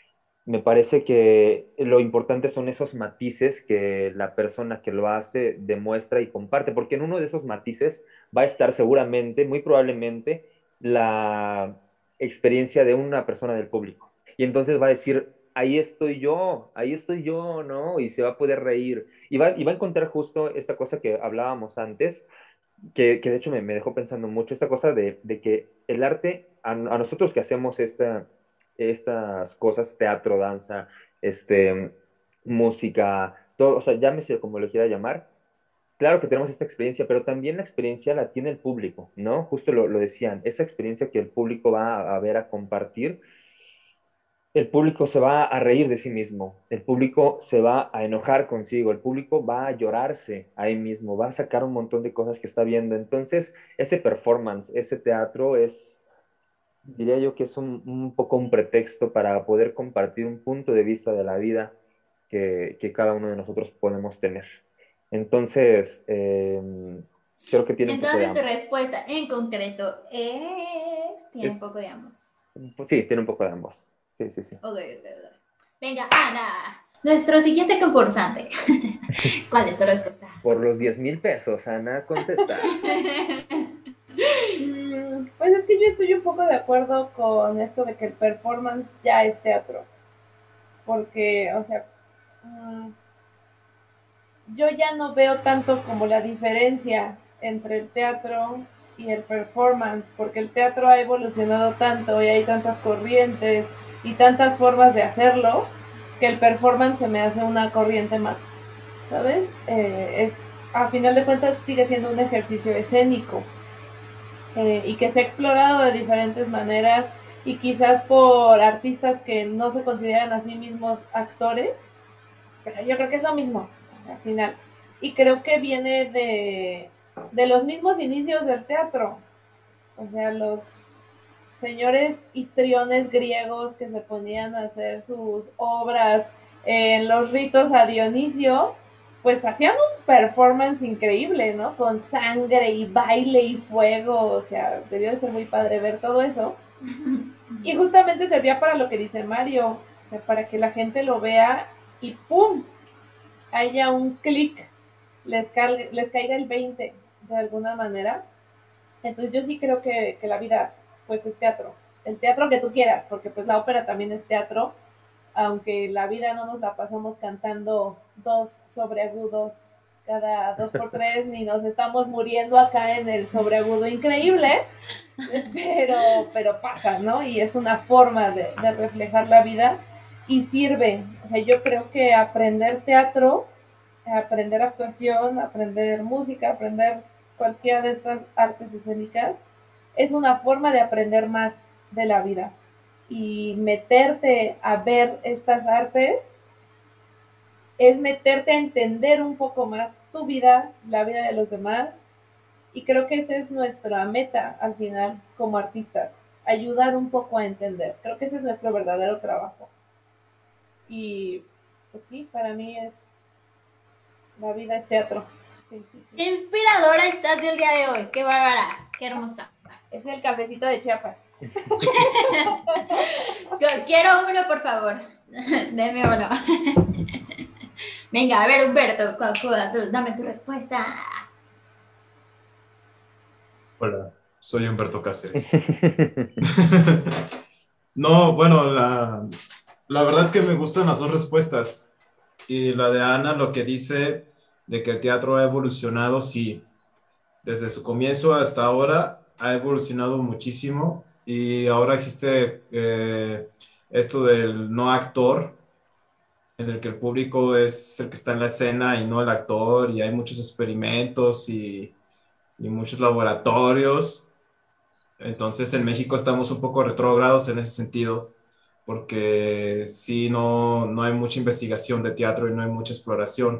me parece que lo importante son esos matices que la persona que lo hace demuestra y comparte, porque en uno de esos matices va a estar seguramente, muy probablemente, la experiencia de una persona del público. Y entonces va a decir, ahí estoy yo, ahí estoy yo, ¿no? Y se va a poder reír. Y va, y va a encontrar justo esta cosa que hablábamos antes, que, que de hecho me, me dejó pensando mucho, esta cosa de, de que el arte, a, a nosotros que hacemos esta, estas cosas, teatro, danza, este, música, todo, o sea, llámese como lo quiera llamar, claro que tenemos esta experiencia, pero también la experiencia la tiene el público, ¿no? Justo lo, lo decían, esa experiencia que el público va a, a ver, a compartir, el público se va a reír de sí mismo, el público se va a enojar consigo, el público va a llorarse ahí mismo, va a sacar un montón de cosas que está viendo. Entonces, ese performance, ese teatro es, diría yo que es un, un poco un pretexto para poder compartir un punto de vista de la vida que, que cada uno de nosotros podemos tener. Entonces, eh, creo que tiene un poco de Entonces tu ambos. respuesta en concreto es... Tiene un Es, poco de ambos. sí, tiene un poco de ambos. Sí, sí, sí. Ok, ok, ok. Venga, Ana, nuestro siguiente concursante. ¿Cuál es tu respuesta? Por los diez mil pesos, Ana, contesta. Mm, Pues es que yo estoy un poco de acuerdo con esto de que el performance ya es teatro. Porque, o sea, mm, yo ya no veo tanto como la diferencia entre el teatro y el performance, porque el teatro ha evolucionado tanto y hay tantas corrientes y tantas formas de hacerlo, que el performance se me hace una corriente más, ¿sabes? Eh, es, a final de cuentas sigue siendo un ejercicio escénico, eh, y que se ha explorado de diferentes maneras y quizás por artistas que no se consideran a sí mismos actores, pero yo creo que es lo mismo al final. Y creo que viene de, de los mismos inicios del teatro. O sea, los señores histriones griegos que se ponían a hacer sus obras en los ritos a Dionisio, pues hacían un performance increíble, ¿no? Con sangre y baile y fuego, o sea, debió de ser muy padre ver todo eso. Y justamente servía para lo que dice Mario, o sea, para que la gente lo vea y ¡pum! Haya un clic, les, cal- les caiga el veinte de alguna manera. Entonces yo sí creo que, que la vida pues es teatro, el teatro que tú quieras, porque pues la ópera también es teatro, aunque la vida no nos la pasamos cantando dos sobreagudos cada dos por tres, ni nos estamos muriendo acá en el sobreagudo increíble, pero, pero pasa, ¿no? Y es una forma de, de reflejar la vida y sirve. O sea, yo creo que aprender teatro, aprender actuación, aprender música, aprender cualquiera de estas artes escénicas, es una forma de aprender más de la vida. Y meterte a ver estas artes es meterte a entender un poco más tu vida, la vida de los demás. Y creo que esa es nuestra meta al final como artistas, ayudar un poco a entender. Creo que ese es nuestro verdadero trabajo. Y pues sí, para mí es, la vida es teatro. Sí, sí, sí. Qué inspiradora estás el día de hoy. Qué bárbara, qué hermosa. Es el cafecito de Chiapas. Quiero uno, por favor. Deme uno. Venga, a ver, Humberto, dame tu respuesta. Hola, soy Humberto Cáceres. No, bueno, la, la verdad es que me gustan las dos respuestas. Y la de Ana, lo que dice de que el teatro ha evolucionado, sí. Desde su comienzo hasta ahora ha evolucionado muchísimo y ahora existe eh, esto del no actor, en el que el público es el que está en la escena y no el actor, y hay muchos experimentos y, y muchos laboratorios. Entonces en México estamos un poco retrógrados en ese sentido, porque sí, no, no hay mucha investigación de teatro y no hay mucha exploración.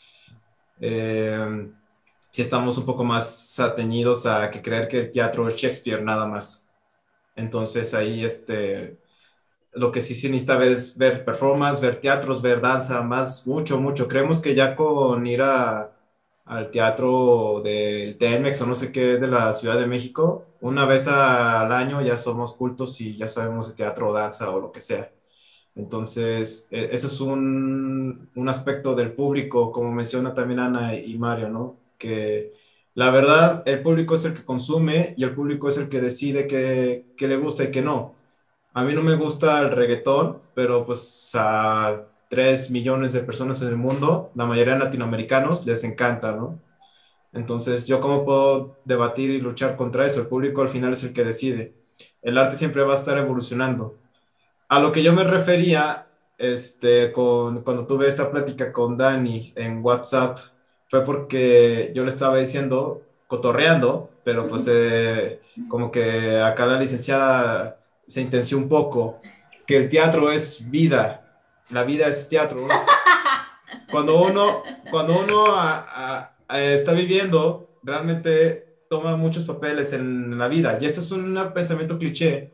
Eh, sí estamos un poco más atañidos a que creer que el teatro es Shakespeare nada más. Entonces ahí este, lo que sí se necesita ver es ver performance, ver teatros, ver danza, más, mucho, mucho. Creemos que ya con ir a, al teatro del Telmex o no sé qué de la Ciudad de México, una vez al año ya somos cultos y ya sabemos de teatro o danza o lo que sea. Entonces, eh, eso es un, un aspecto del público, como menciona también Ana y Mario, ¿no? Que la verdad, el público es el que consume y el público es el que decide qué, qué le gusta y qué no. A mí no me gusta el reggaetón, pero pues a tres millones de personas en el mundo, la mayoría de latinoamericanos, les encanta, ¿no? Entonces, ¿yo cómo puedo debatir y luchar contra eso? El público al final es el que decide. El arte siempre va a estar evolucionando. A lo que yo me refería, este, con, cuando tuve esta plática con Dani en WhatsApp, fue porque yo le estaba diciendo, cotorreando, pero pues eh, como que acá la licenciada se intenció un poco, que el teatro es vida, la vida es teatro. Cuando uno, cuando uno a- a- a- está viviendo, realmente toma muchos papeles en la vida, y esto es un pensamiento cliché.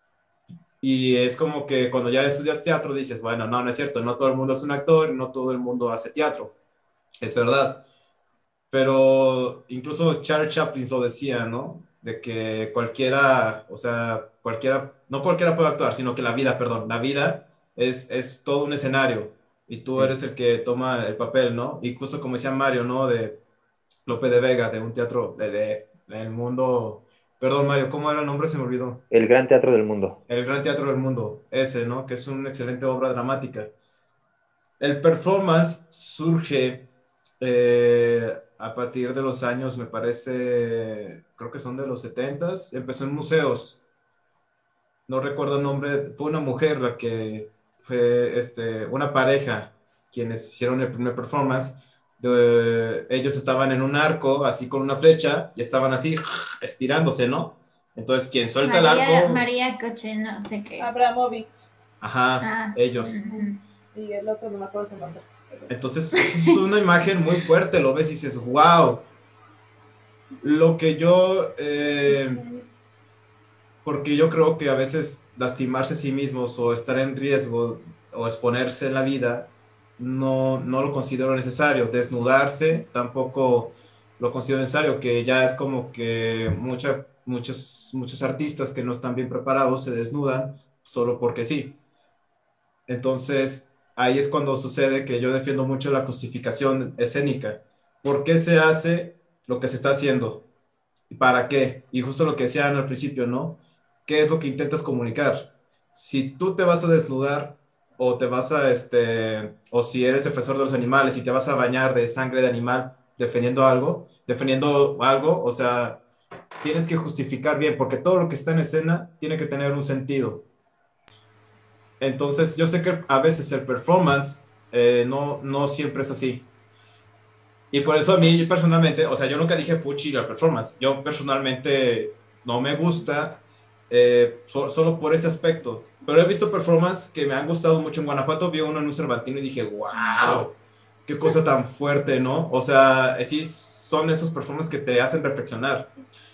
Y es como que cuando ya estudias teatro dices, bueno, no, no es cierto, no todo el mundo es un actor, no todo el mundo hace teatro, es verdad. Pero incluso Charles Chaplin lo decía, ¿no? De que cualquiera, o sea, cualquiera, no cualquiera puede actuar, sino que la vida, perdón, la vida es, es todo un escenario y tú eres el que toma el papel, ¿no? Y justo como decía Mario, ¿no? De Lope de Vega, de un teatro, de, de, del mundo, perdón Mario, ¿cómo era el nombre? Se me olvidó. El gran teatro del mundo. El Gran Teatro del Mundo, ese, ¿no? Que es una excelente obra dramática. El performance surge eh, a partir de los años, me parece, creo que son de los setentas, empezó en museos. No recuerdo el nombre, fue una mujer la que fue este, una pareja quienes hicieron el primer performance. De, ellos estaban en un arco, así con una flecha, y estaban así estirándose, ¿no? Entonces, quien suelta María, el arco... María Coche, no sé qué. Abramovich. Ajá, Ah, ellos. ujú. Y el otro no me acuerdo su nombre. Entonces, es una imagen muy fuerte, lo ves y dices, wow. Lo que yo, eh, porque yo creo que a veces lastimarse a sí mismos o estar en riesgo o exponerse en la vida, no, no lo considero necesario. Desnudarse tampoco lo considero necesario, que ya es como que mucha, muchos, muchos artistas que no están bien preparados se desnudan solo porque sí. Entonces, ahí es cuando sucede que yo defiendo mucho la justificación escénica. ¿Por qué se hace lo que se está haciendo? ¿Y para qué? Y justo lo que decían al principio, ¿no? ¿Qué es lo que intentas comunicar? Si tú te vas a desnudar o te vas a, este, o si eres defensor de los animales y te vas a bañar de sangre de animal defendiendo algo, defendiendo algo, o sea, tienes que justificar bien, porque todo lo que está en escena tiene que tener un sentido. Entonces, yo sé que a veces el performance eh, no, no siempre es así. Y por eso a mí personalmente, o sea, yo nunca dije fuchi la performance. Yo personalmente no me gusta eh, so, solo por ese aspecto. Pero he visto performances que me han gustado mucho en Guanajuato. Vi uno en un Cervantino y dije, wow, qué cosa tan fuerte, ¿no? O sea, sí son esos performances que te hacen reflexionar.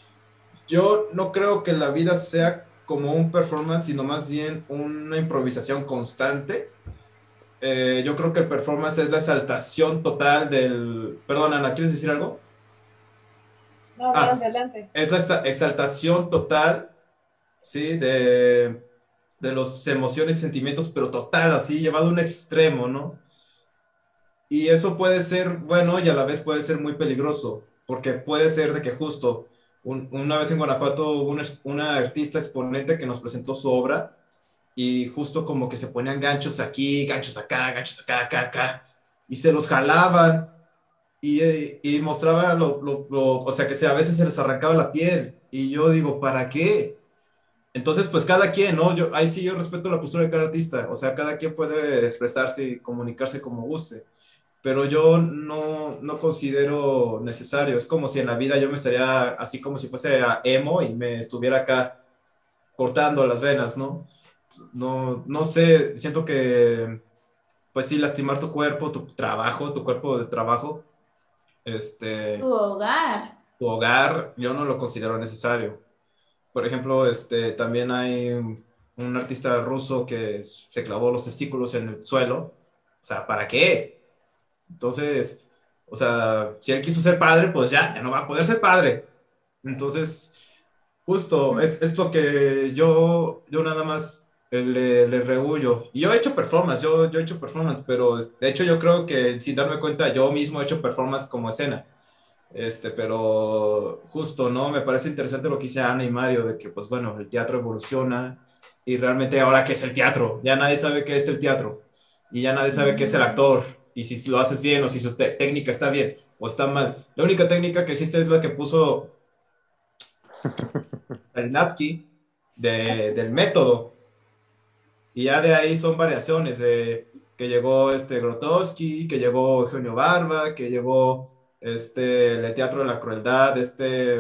Yo no creo que la vida sea como un performance, sino más bien una improvisación constante. Eh, yo creo que el performance es la exaltación total del... Perdón, Ana, ¿quieres decir algo? No, Ah. adelante, adelante. Es la esta- exaltación total, ¿sí? De, de las emociones y sentimientos, pero total, así, llevado a un extremo, ¿no? Y eso puede ser bueno y a la vez puede ser muy peligroso, porque puede ser de que justo un- una vez en Guanajuato hubo una, una artista exponente que nos presentó su obra y justo como que se ponían ganchos aquí, ganchos acá, ganchos acá, acá, acá, y se los jalaban y, eh, y mostraba lo, lo, lo, o sea que se, a veces se les arrancaba la piel y yo digo, ¿para qué? Entonces, pues cada quien, ¿no? Yo, ahí sí yo respeto la postura de cada artista, o sea, cada quien puede expresarse y comunicarse como guste, pero yo no, no considero necesario, es como si en la vida yo me estaría así como si fuese a emo y me estuviera acá cortando las venas, ¿no? No, no sé, siento que, pues sí, lastimar tu cuerpo, tu trabajo, tu cuerpo de trabajo, este, Tu hogar. tu hogar, yo no lo considero necesario. Por ejemplo, este, también hay un artista ruso que se clavó los testículos en el suelo. O sea, ¿para qué? Entonces, o sea, si él quiso ser padre, pues ya, ya no va a poder ser padre. Entonces, justo, es, es lo que yo, yo nada más le, le rehuyo. Y yo he hecho performance, yo, yo he hecho performance, pero de hecho yo creo que sin darme cuenta yo mismo he hecho performance como escena. Este, pero justo, ¿no? Me parece interesante lo que dice Ana y Mario, de que, pues bueno, el teatro evoluciona y realmente ahora, ¿qué es el teatro? Ya nadie sabe qué es el teatro y ya nadie sabe qué es el actor y si lo haces bien o si su técnica está bien o está mal. La única técnica que existe es la que puso Stanislavski de, del método y ya de ahí son variaciones de que llegó este Grotowski, que llegó Eugenio Barba, que llegó este, el Teatro de la Crueldad, este,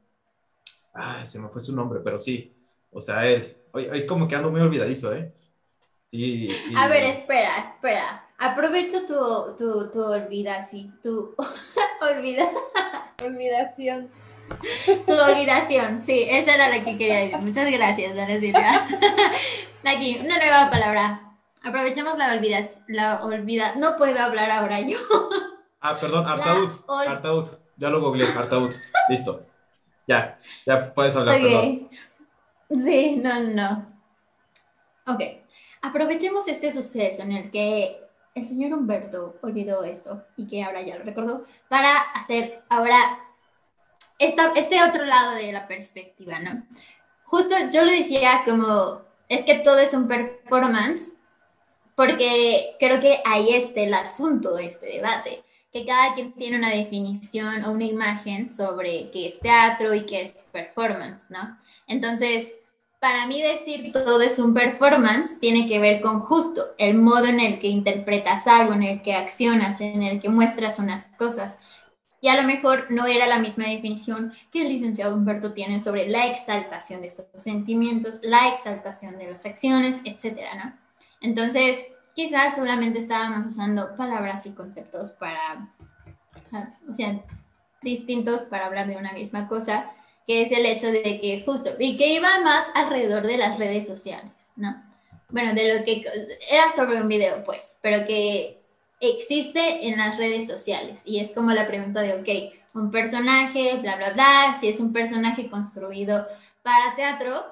ay, se me fue su nombre, pero sí, o sea, él, hoy, hoy como que ando muy olvidadizo, ¿eh? Y, y... A ver, espera, espera, aprovecho tu, tu, tu olvidación, tu olvida... olvidación. Tu olvidación, sí, esa era la que quería decir. Muchas gracias, Ana Silvia. Aquí, una nueva palabra. Aprovechemos la olvidas, la olvida. No puedo hablar ahora yo. Ah, perdón, Artaud, ol... Artaud, ya lo googleé, Artaud, listo. Ya, ya puedes hablar, okay. Perdón. Sí, no, no. Ok, aprovechemos este suceso en el que el señor Humberto olvidó esto y que ahora ya lo recordó para hacer ahora esta, este otro lado de la perspectiva, ¿no? Justo yo lo decía como, es que todo es un performance, porque creo que ahí está el asunto de este debate, que cada quien tiene una definición o una imagen sobre qué es teatro y qué es performance, ¿no? Entonces, para mí decir todo es un performance tiene que ver con justo el modo en el que interpretas algo, en el que accionas, en el que muestras unas cosas. Y a lo mejor no era la misma definición que el licenciado Humberto tiene sobre la exaltación de estos sentimientos, la exaltación de las acciones, etcétera, ¿no? Entonces, quizás solamente estábamos usando palabras y conceptos para, o sea, distintos para hablar de una misma cosa, que es el hecho de que justo, y que iba más alrededor de las redes sociales, ¿no? Bueno, de lo que era sobre un video, pues, pero que existe en las redes sociales. Y es como la pregunta de, ok, un personaje, bla, bla, bla, si es un personaje construido para teatro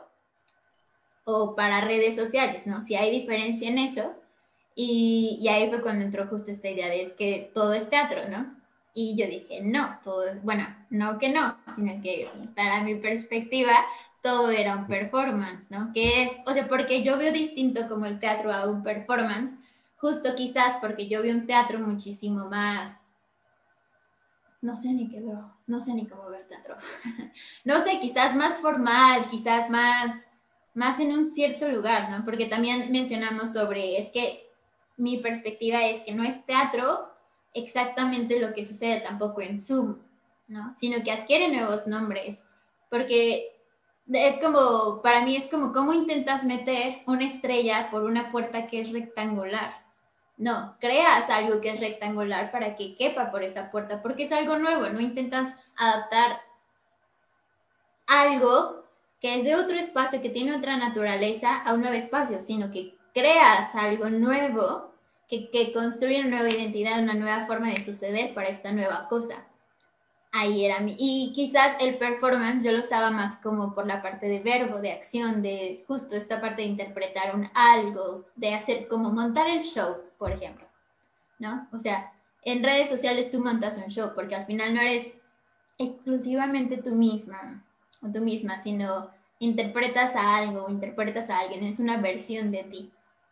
o para redes sociales, ¿no? Si hay diferencia en eso. Y, y ahí fue cuando entró justo esta idea de es que todo es teatro, ¿no? Y yo dije, no, todo, bueno, no que no, sino que para mi perspectiva todo era un performance, ¿no? Que es, o sea, porque yo veo distinto como el teatro a un performance, justo quizás porque yo veo un teatro muchísimo más, no sé ni qué veo, no sé ni cómo ver teatro, no sé, quizás más formal, quizás más, más en un cierto lugar, ¿no? Porque también mencionamos sobre, es que mi perspectiva es que no es teatro exactamente lo que sucede tampoco en Zoom, ¿no? Sino que adquiere nuevos nombres, porque es como, para mí es como cómo intentas meter una estrella por una puerta que es rectangular. No, creas algo que es rectangular para que quepa por esa puerta, porque es algo nuevo, no intentas adaptar algo que es de otro espacio, que tiene otra naturaleza, a un nuevo espacio, sino que creas algo nuevo que, que construye una nueva identidad, una nueva forma de suceder para esta nueva cosa. Ahí era mi... Y quizás el performance yo lo usaba más como por la parte de verbo, de acción, de justo esta parte de interpretar un algo, de hacer como montar el show, por ejemplo, ¿no? O sea, en redes sociales tú montas un show porque al final no eres exclusivamente tú misma o tú misma, sino interpretas a algo, interpretas a alguien, es una versión de ti.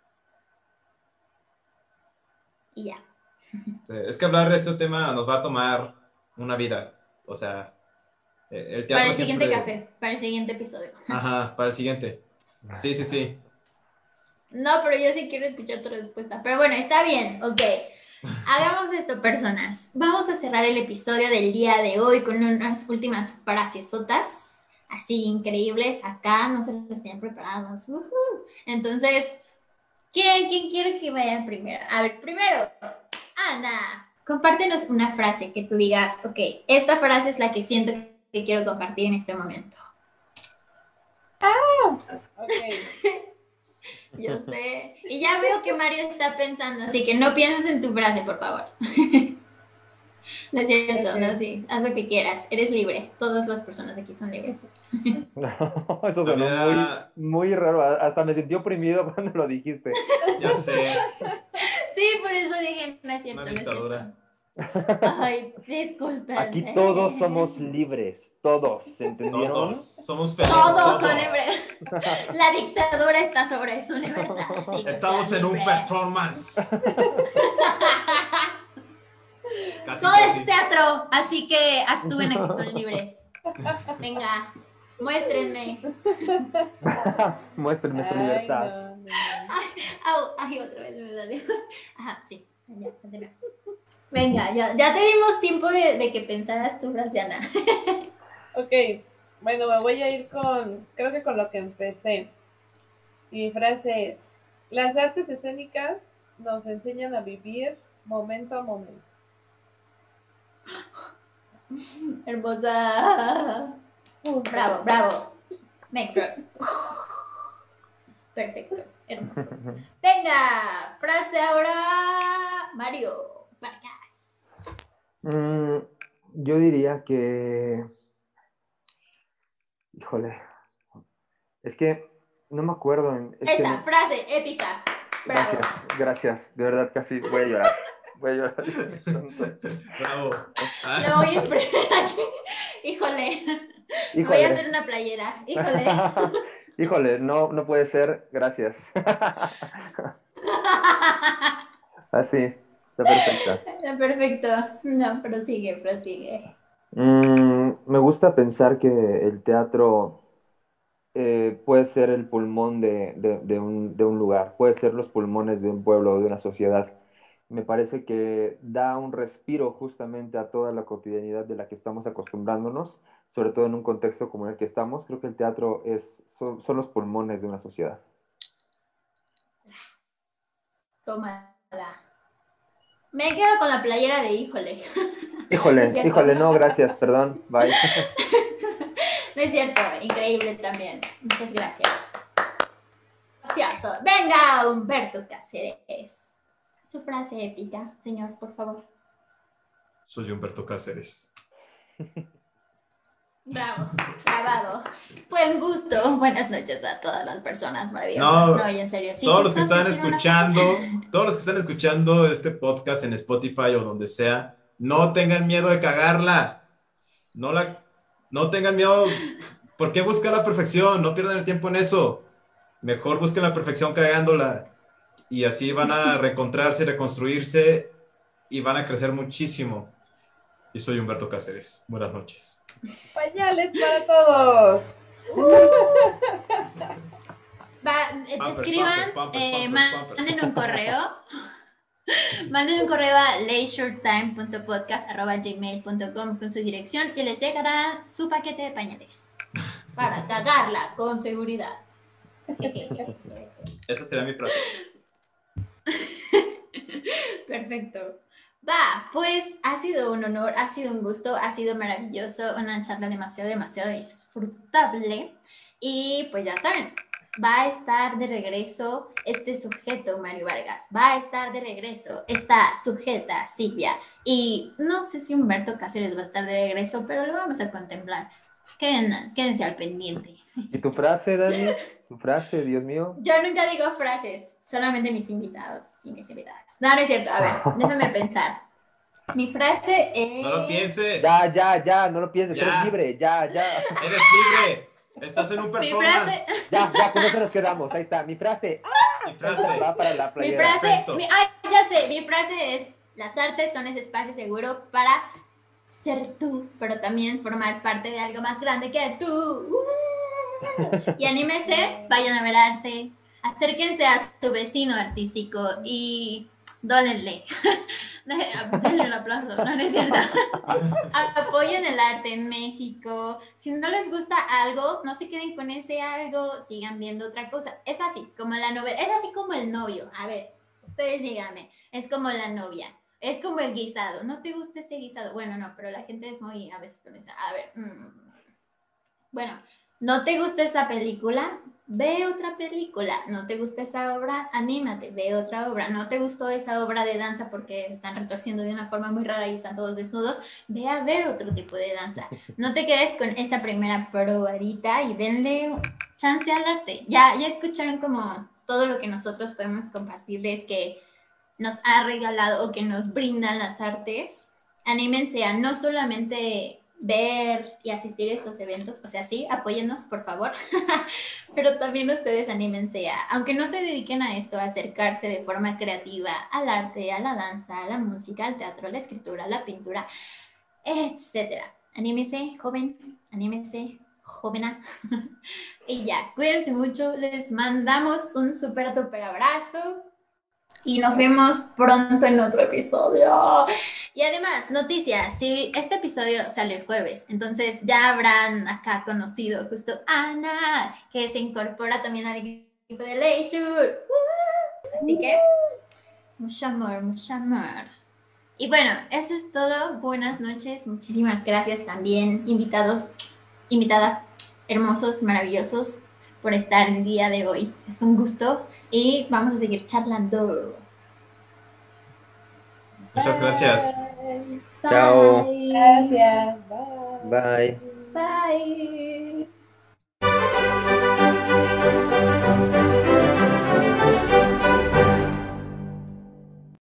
Y ya. Es que hablar de este tema nos va a tomar una vida, o sea, el teatro para el siguiente siempre... café, para el siguiente episodio. Ajá, para el siguiente. Sí, sí, sí. No, pero yo sí quiero escuchar tu respuesta. Pero bueno, está bien, ok. Hagamos esto, personas. Vamos a cerrar el episodio del día de hoy con unas últimas frasesotas, así increíbles. Acá no se las tienen preparadas. Uh-huh. Entonces, ¿quién, ¿quién quiere que vaya primero? A ver, primero, Ana, compártenos una frase que tú digas, ok, esta frase es la que siento que quiero compartir en este momento. Ah, ok. Yo sé. Y ya veo que Mario está pensando, así que no pienses en tu frase, por favor. No es cierto, Ok. no, sí. Haz lo que quieras. Eres libre. Todas las personas aquí son libres. No, eso La sonó vida- muy, muy raro. Hasta me sentí oprimido cuando lo dijiste. Ya sé, Sí, por eso dije, no es cierto, una no es cierto. dictadura. Ay, discúlpenme. Aquí todos somos libres, todos, ¿entendieron? Todos, somos felices Todos todos. son libres. La dictadura está sobre su libertad. Así que Estamos sean en un libres. performance. Casi, Todo casi. es teatro, así que actúen a que son libres. Venga, muéstrenme. Muéstrenme su Ay, libertad. no, no, no. Au, ay, otra vez me salió. Ajá, sí. Ya, continúa. Venga, ya, ya tenemos tiempo de, de que pensaras tu frase, Ana. Ok, bueno, me voy a ir con, creo que con lo que empecé. Mi frase es, las artes escénicas nos enseñan a vivir momento a momento. Hermosa. Punto. Bravo, bravo. Meg Perfecto, hermoso. Venga, frase ahora, Mario Vargas. Mm, yo diría que, híjole, es que no me acuerdo. en- Es que Esa no- frase épica. Bravo. Gracias, gracias. De verdad, casi voy a llorar. Voy a llorar. Bravo. Ah, Lo voy a imprimir aquí. Híjole. Me voy a hacer una playera. Híjole. Híjole, no, no puede ser. Gracias. Así, está perfecta. Perfecto. No, prosigue, prosigue. Mm, me gusta pensar que el teatro eh, puede ser el pulmón de, de- de un, de un lugar, puede ser los pulmones de un pueblo o de una sociedad. Me parece que da un respiro justamente a toda la cotidianidad de la que estamos acostumbrándonos, sobre todo en un contexto como el que estamos. Creo que el teatro es, son, son los pulmones de una sociedad. Tómala. Me he quedado con la playera de híjole. No es Híjole, cierto. híjole, no, gracias, perdón, bye. No es cierto, increíble también. Muchas gracias. Gracioso. Venga, Humberto Cáceres. Su frase épica, señor, por favor. soy Humberto Cáceres. Bravo, grabado. Fue un gusto. Buenas noches a todas las personas maravillosas. No, No, y en serio, sí. Todos los que ¿les vas a están decir una escuchando, frase? todos los que están escuchando este podcast en Spotify o donde sea, no tengan miedo de cagarla. No la, no tengan miedo. ¿Por qué buscar la perfección? No pierdan el tiempo en eso. Mejor busquen la perfección cagándola. Y así van a reencontrarse, reconstruirse y van a crecer muchísimo. Y soy Humberto Cáceres. Buenas noches. Pañales para todos. Va, eh, Pampers, escriban, pampers, pampers, eh, pampers, pampers. manden un correo. Manden un correo a leisuretime punto podcast arroba gmail punto com con su dirección y les llegará su paquete de pañales para cagarla con seguridad. Esa será mi frase. Perfecto. Va, pues ha sido un honor, ha sido un gusto, ha sido maravilloso, una charla demasiado, demasiado disfrutable. Y pues ya saben, va a estar de regreso este sujeto, Mario Vargas. Va a estar de regreso esta sujeta, Silvia. Y no sé si Humberto Cáceres va a estar de regreso, pero lo vamos a contemplar. Queden, quédense al pendiente. ¿Y tu frase, Dani? ¿Tu frase, Dios mío? Yo nunca digo frases, solamente mis invitados y mis invitadas. No, no es cierto. A ver, déjame pensar. Mi frase es... No lo pienses. Ya, ya, ya, no lo pienses, Ya. eres libre, ya, ya. Eres libre. Estás en un Mi performance. frase, Ya, ya, con eso nos quedamos, ahí está. Mi frase Mi frase. va para la mi playera. frase, Perfecto. mi- ay, ya sé, mi frase es, las artes son ese espacio seguro para ser tú, pero también formar parte de algo más grande que tú. Y anímese, vayan a ver arte, acérquense a su vecino artístico y dónenle, denle un aplauso, no, no es cierto. Apoyen el arte en México. Si no les gusta algo, no se queden con ese algo, sigan viendo otra cosa. Es así como la novela, es así como el novio. A ver, ustedes díganme, es como la novia, es como el guisado. ¿No te gusta ese guisado? Bueno, no, pero la gente es muy, a veces con esa, a ver, mm, bueno, ¿no te gusta esa película? ve otra película. ¿No te gusta esa obra? Anímate, ve otra obra. ¿No te gustó esa obra de danza porque se están retorciendo de una forma muy rara y están todos desnudos? Ve a ver otro tipo de danza. No te quedes con esa primera probadita y denle chance al arte. Ya, ya escucharon como todo lo que nosotros podemos compartirles que nos ha regalado o que nos brindan las artes. Anímense a no solamente ver y asistir a estos eventos, o sea, sí, apóyennos, por favor, pero también ustedes anímense a, aunque no se dediquen a esto, a acercarse de forma creativa al arte, a la danza, a la música, al teatro, a la escritura, a la pintura, etcétera. Anímese, joven, anímese, jovena. Y ya, cuídense mucho, les mandamos un súper, súper abrazo. Y nos vemos pronto en otro episodio. Y además, noticias, si este episodio sale el jueves, entonces ya habrán acá conocido justo a Ana, que se incorpora también al equipo de Leisure. Así que, mucho amor, mucho amor. Y bueno, eso es todo. Buenas noches. Muchísimas gracias también, invitados, invitadas hermosos, maravillosos, por estar el día de hoy. Es un gusto y vamos a seguir charlando. Muchas gracias. Bye. Chao. Bye. Gracias. Bye. Bye. Bye.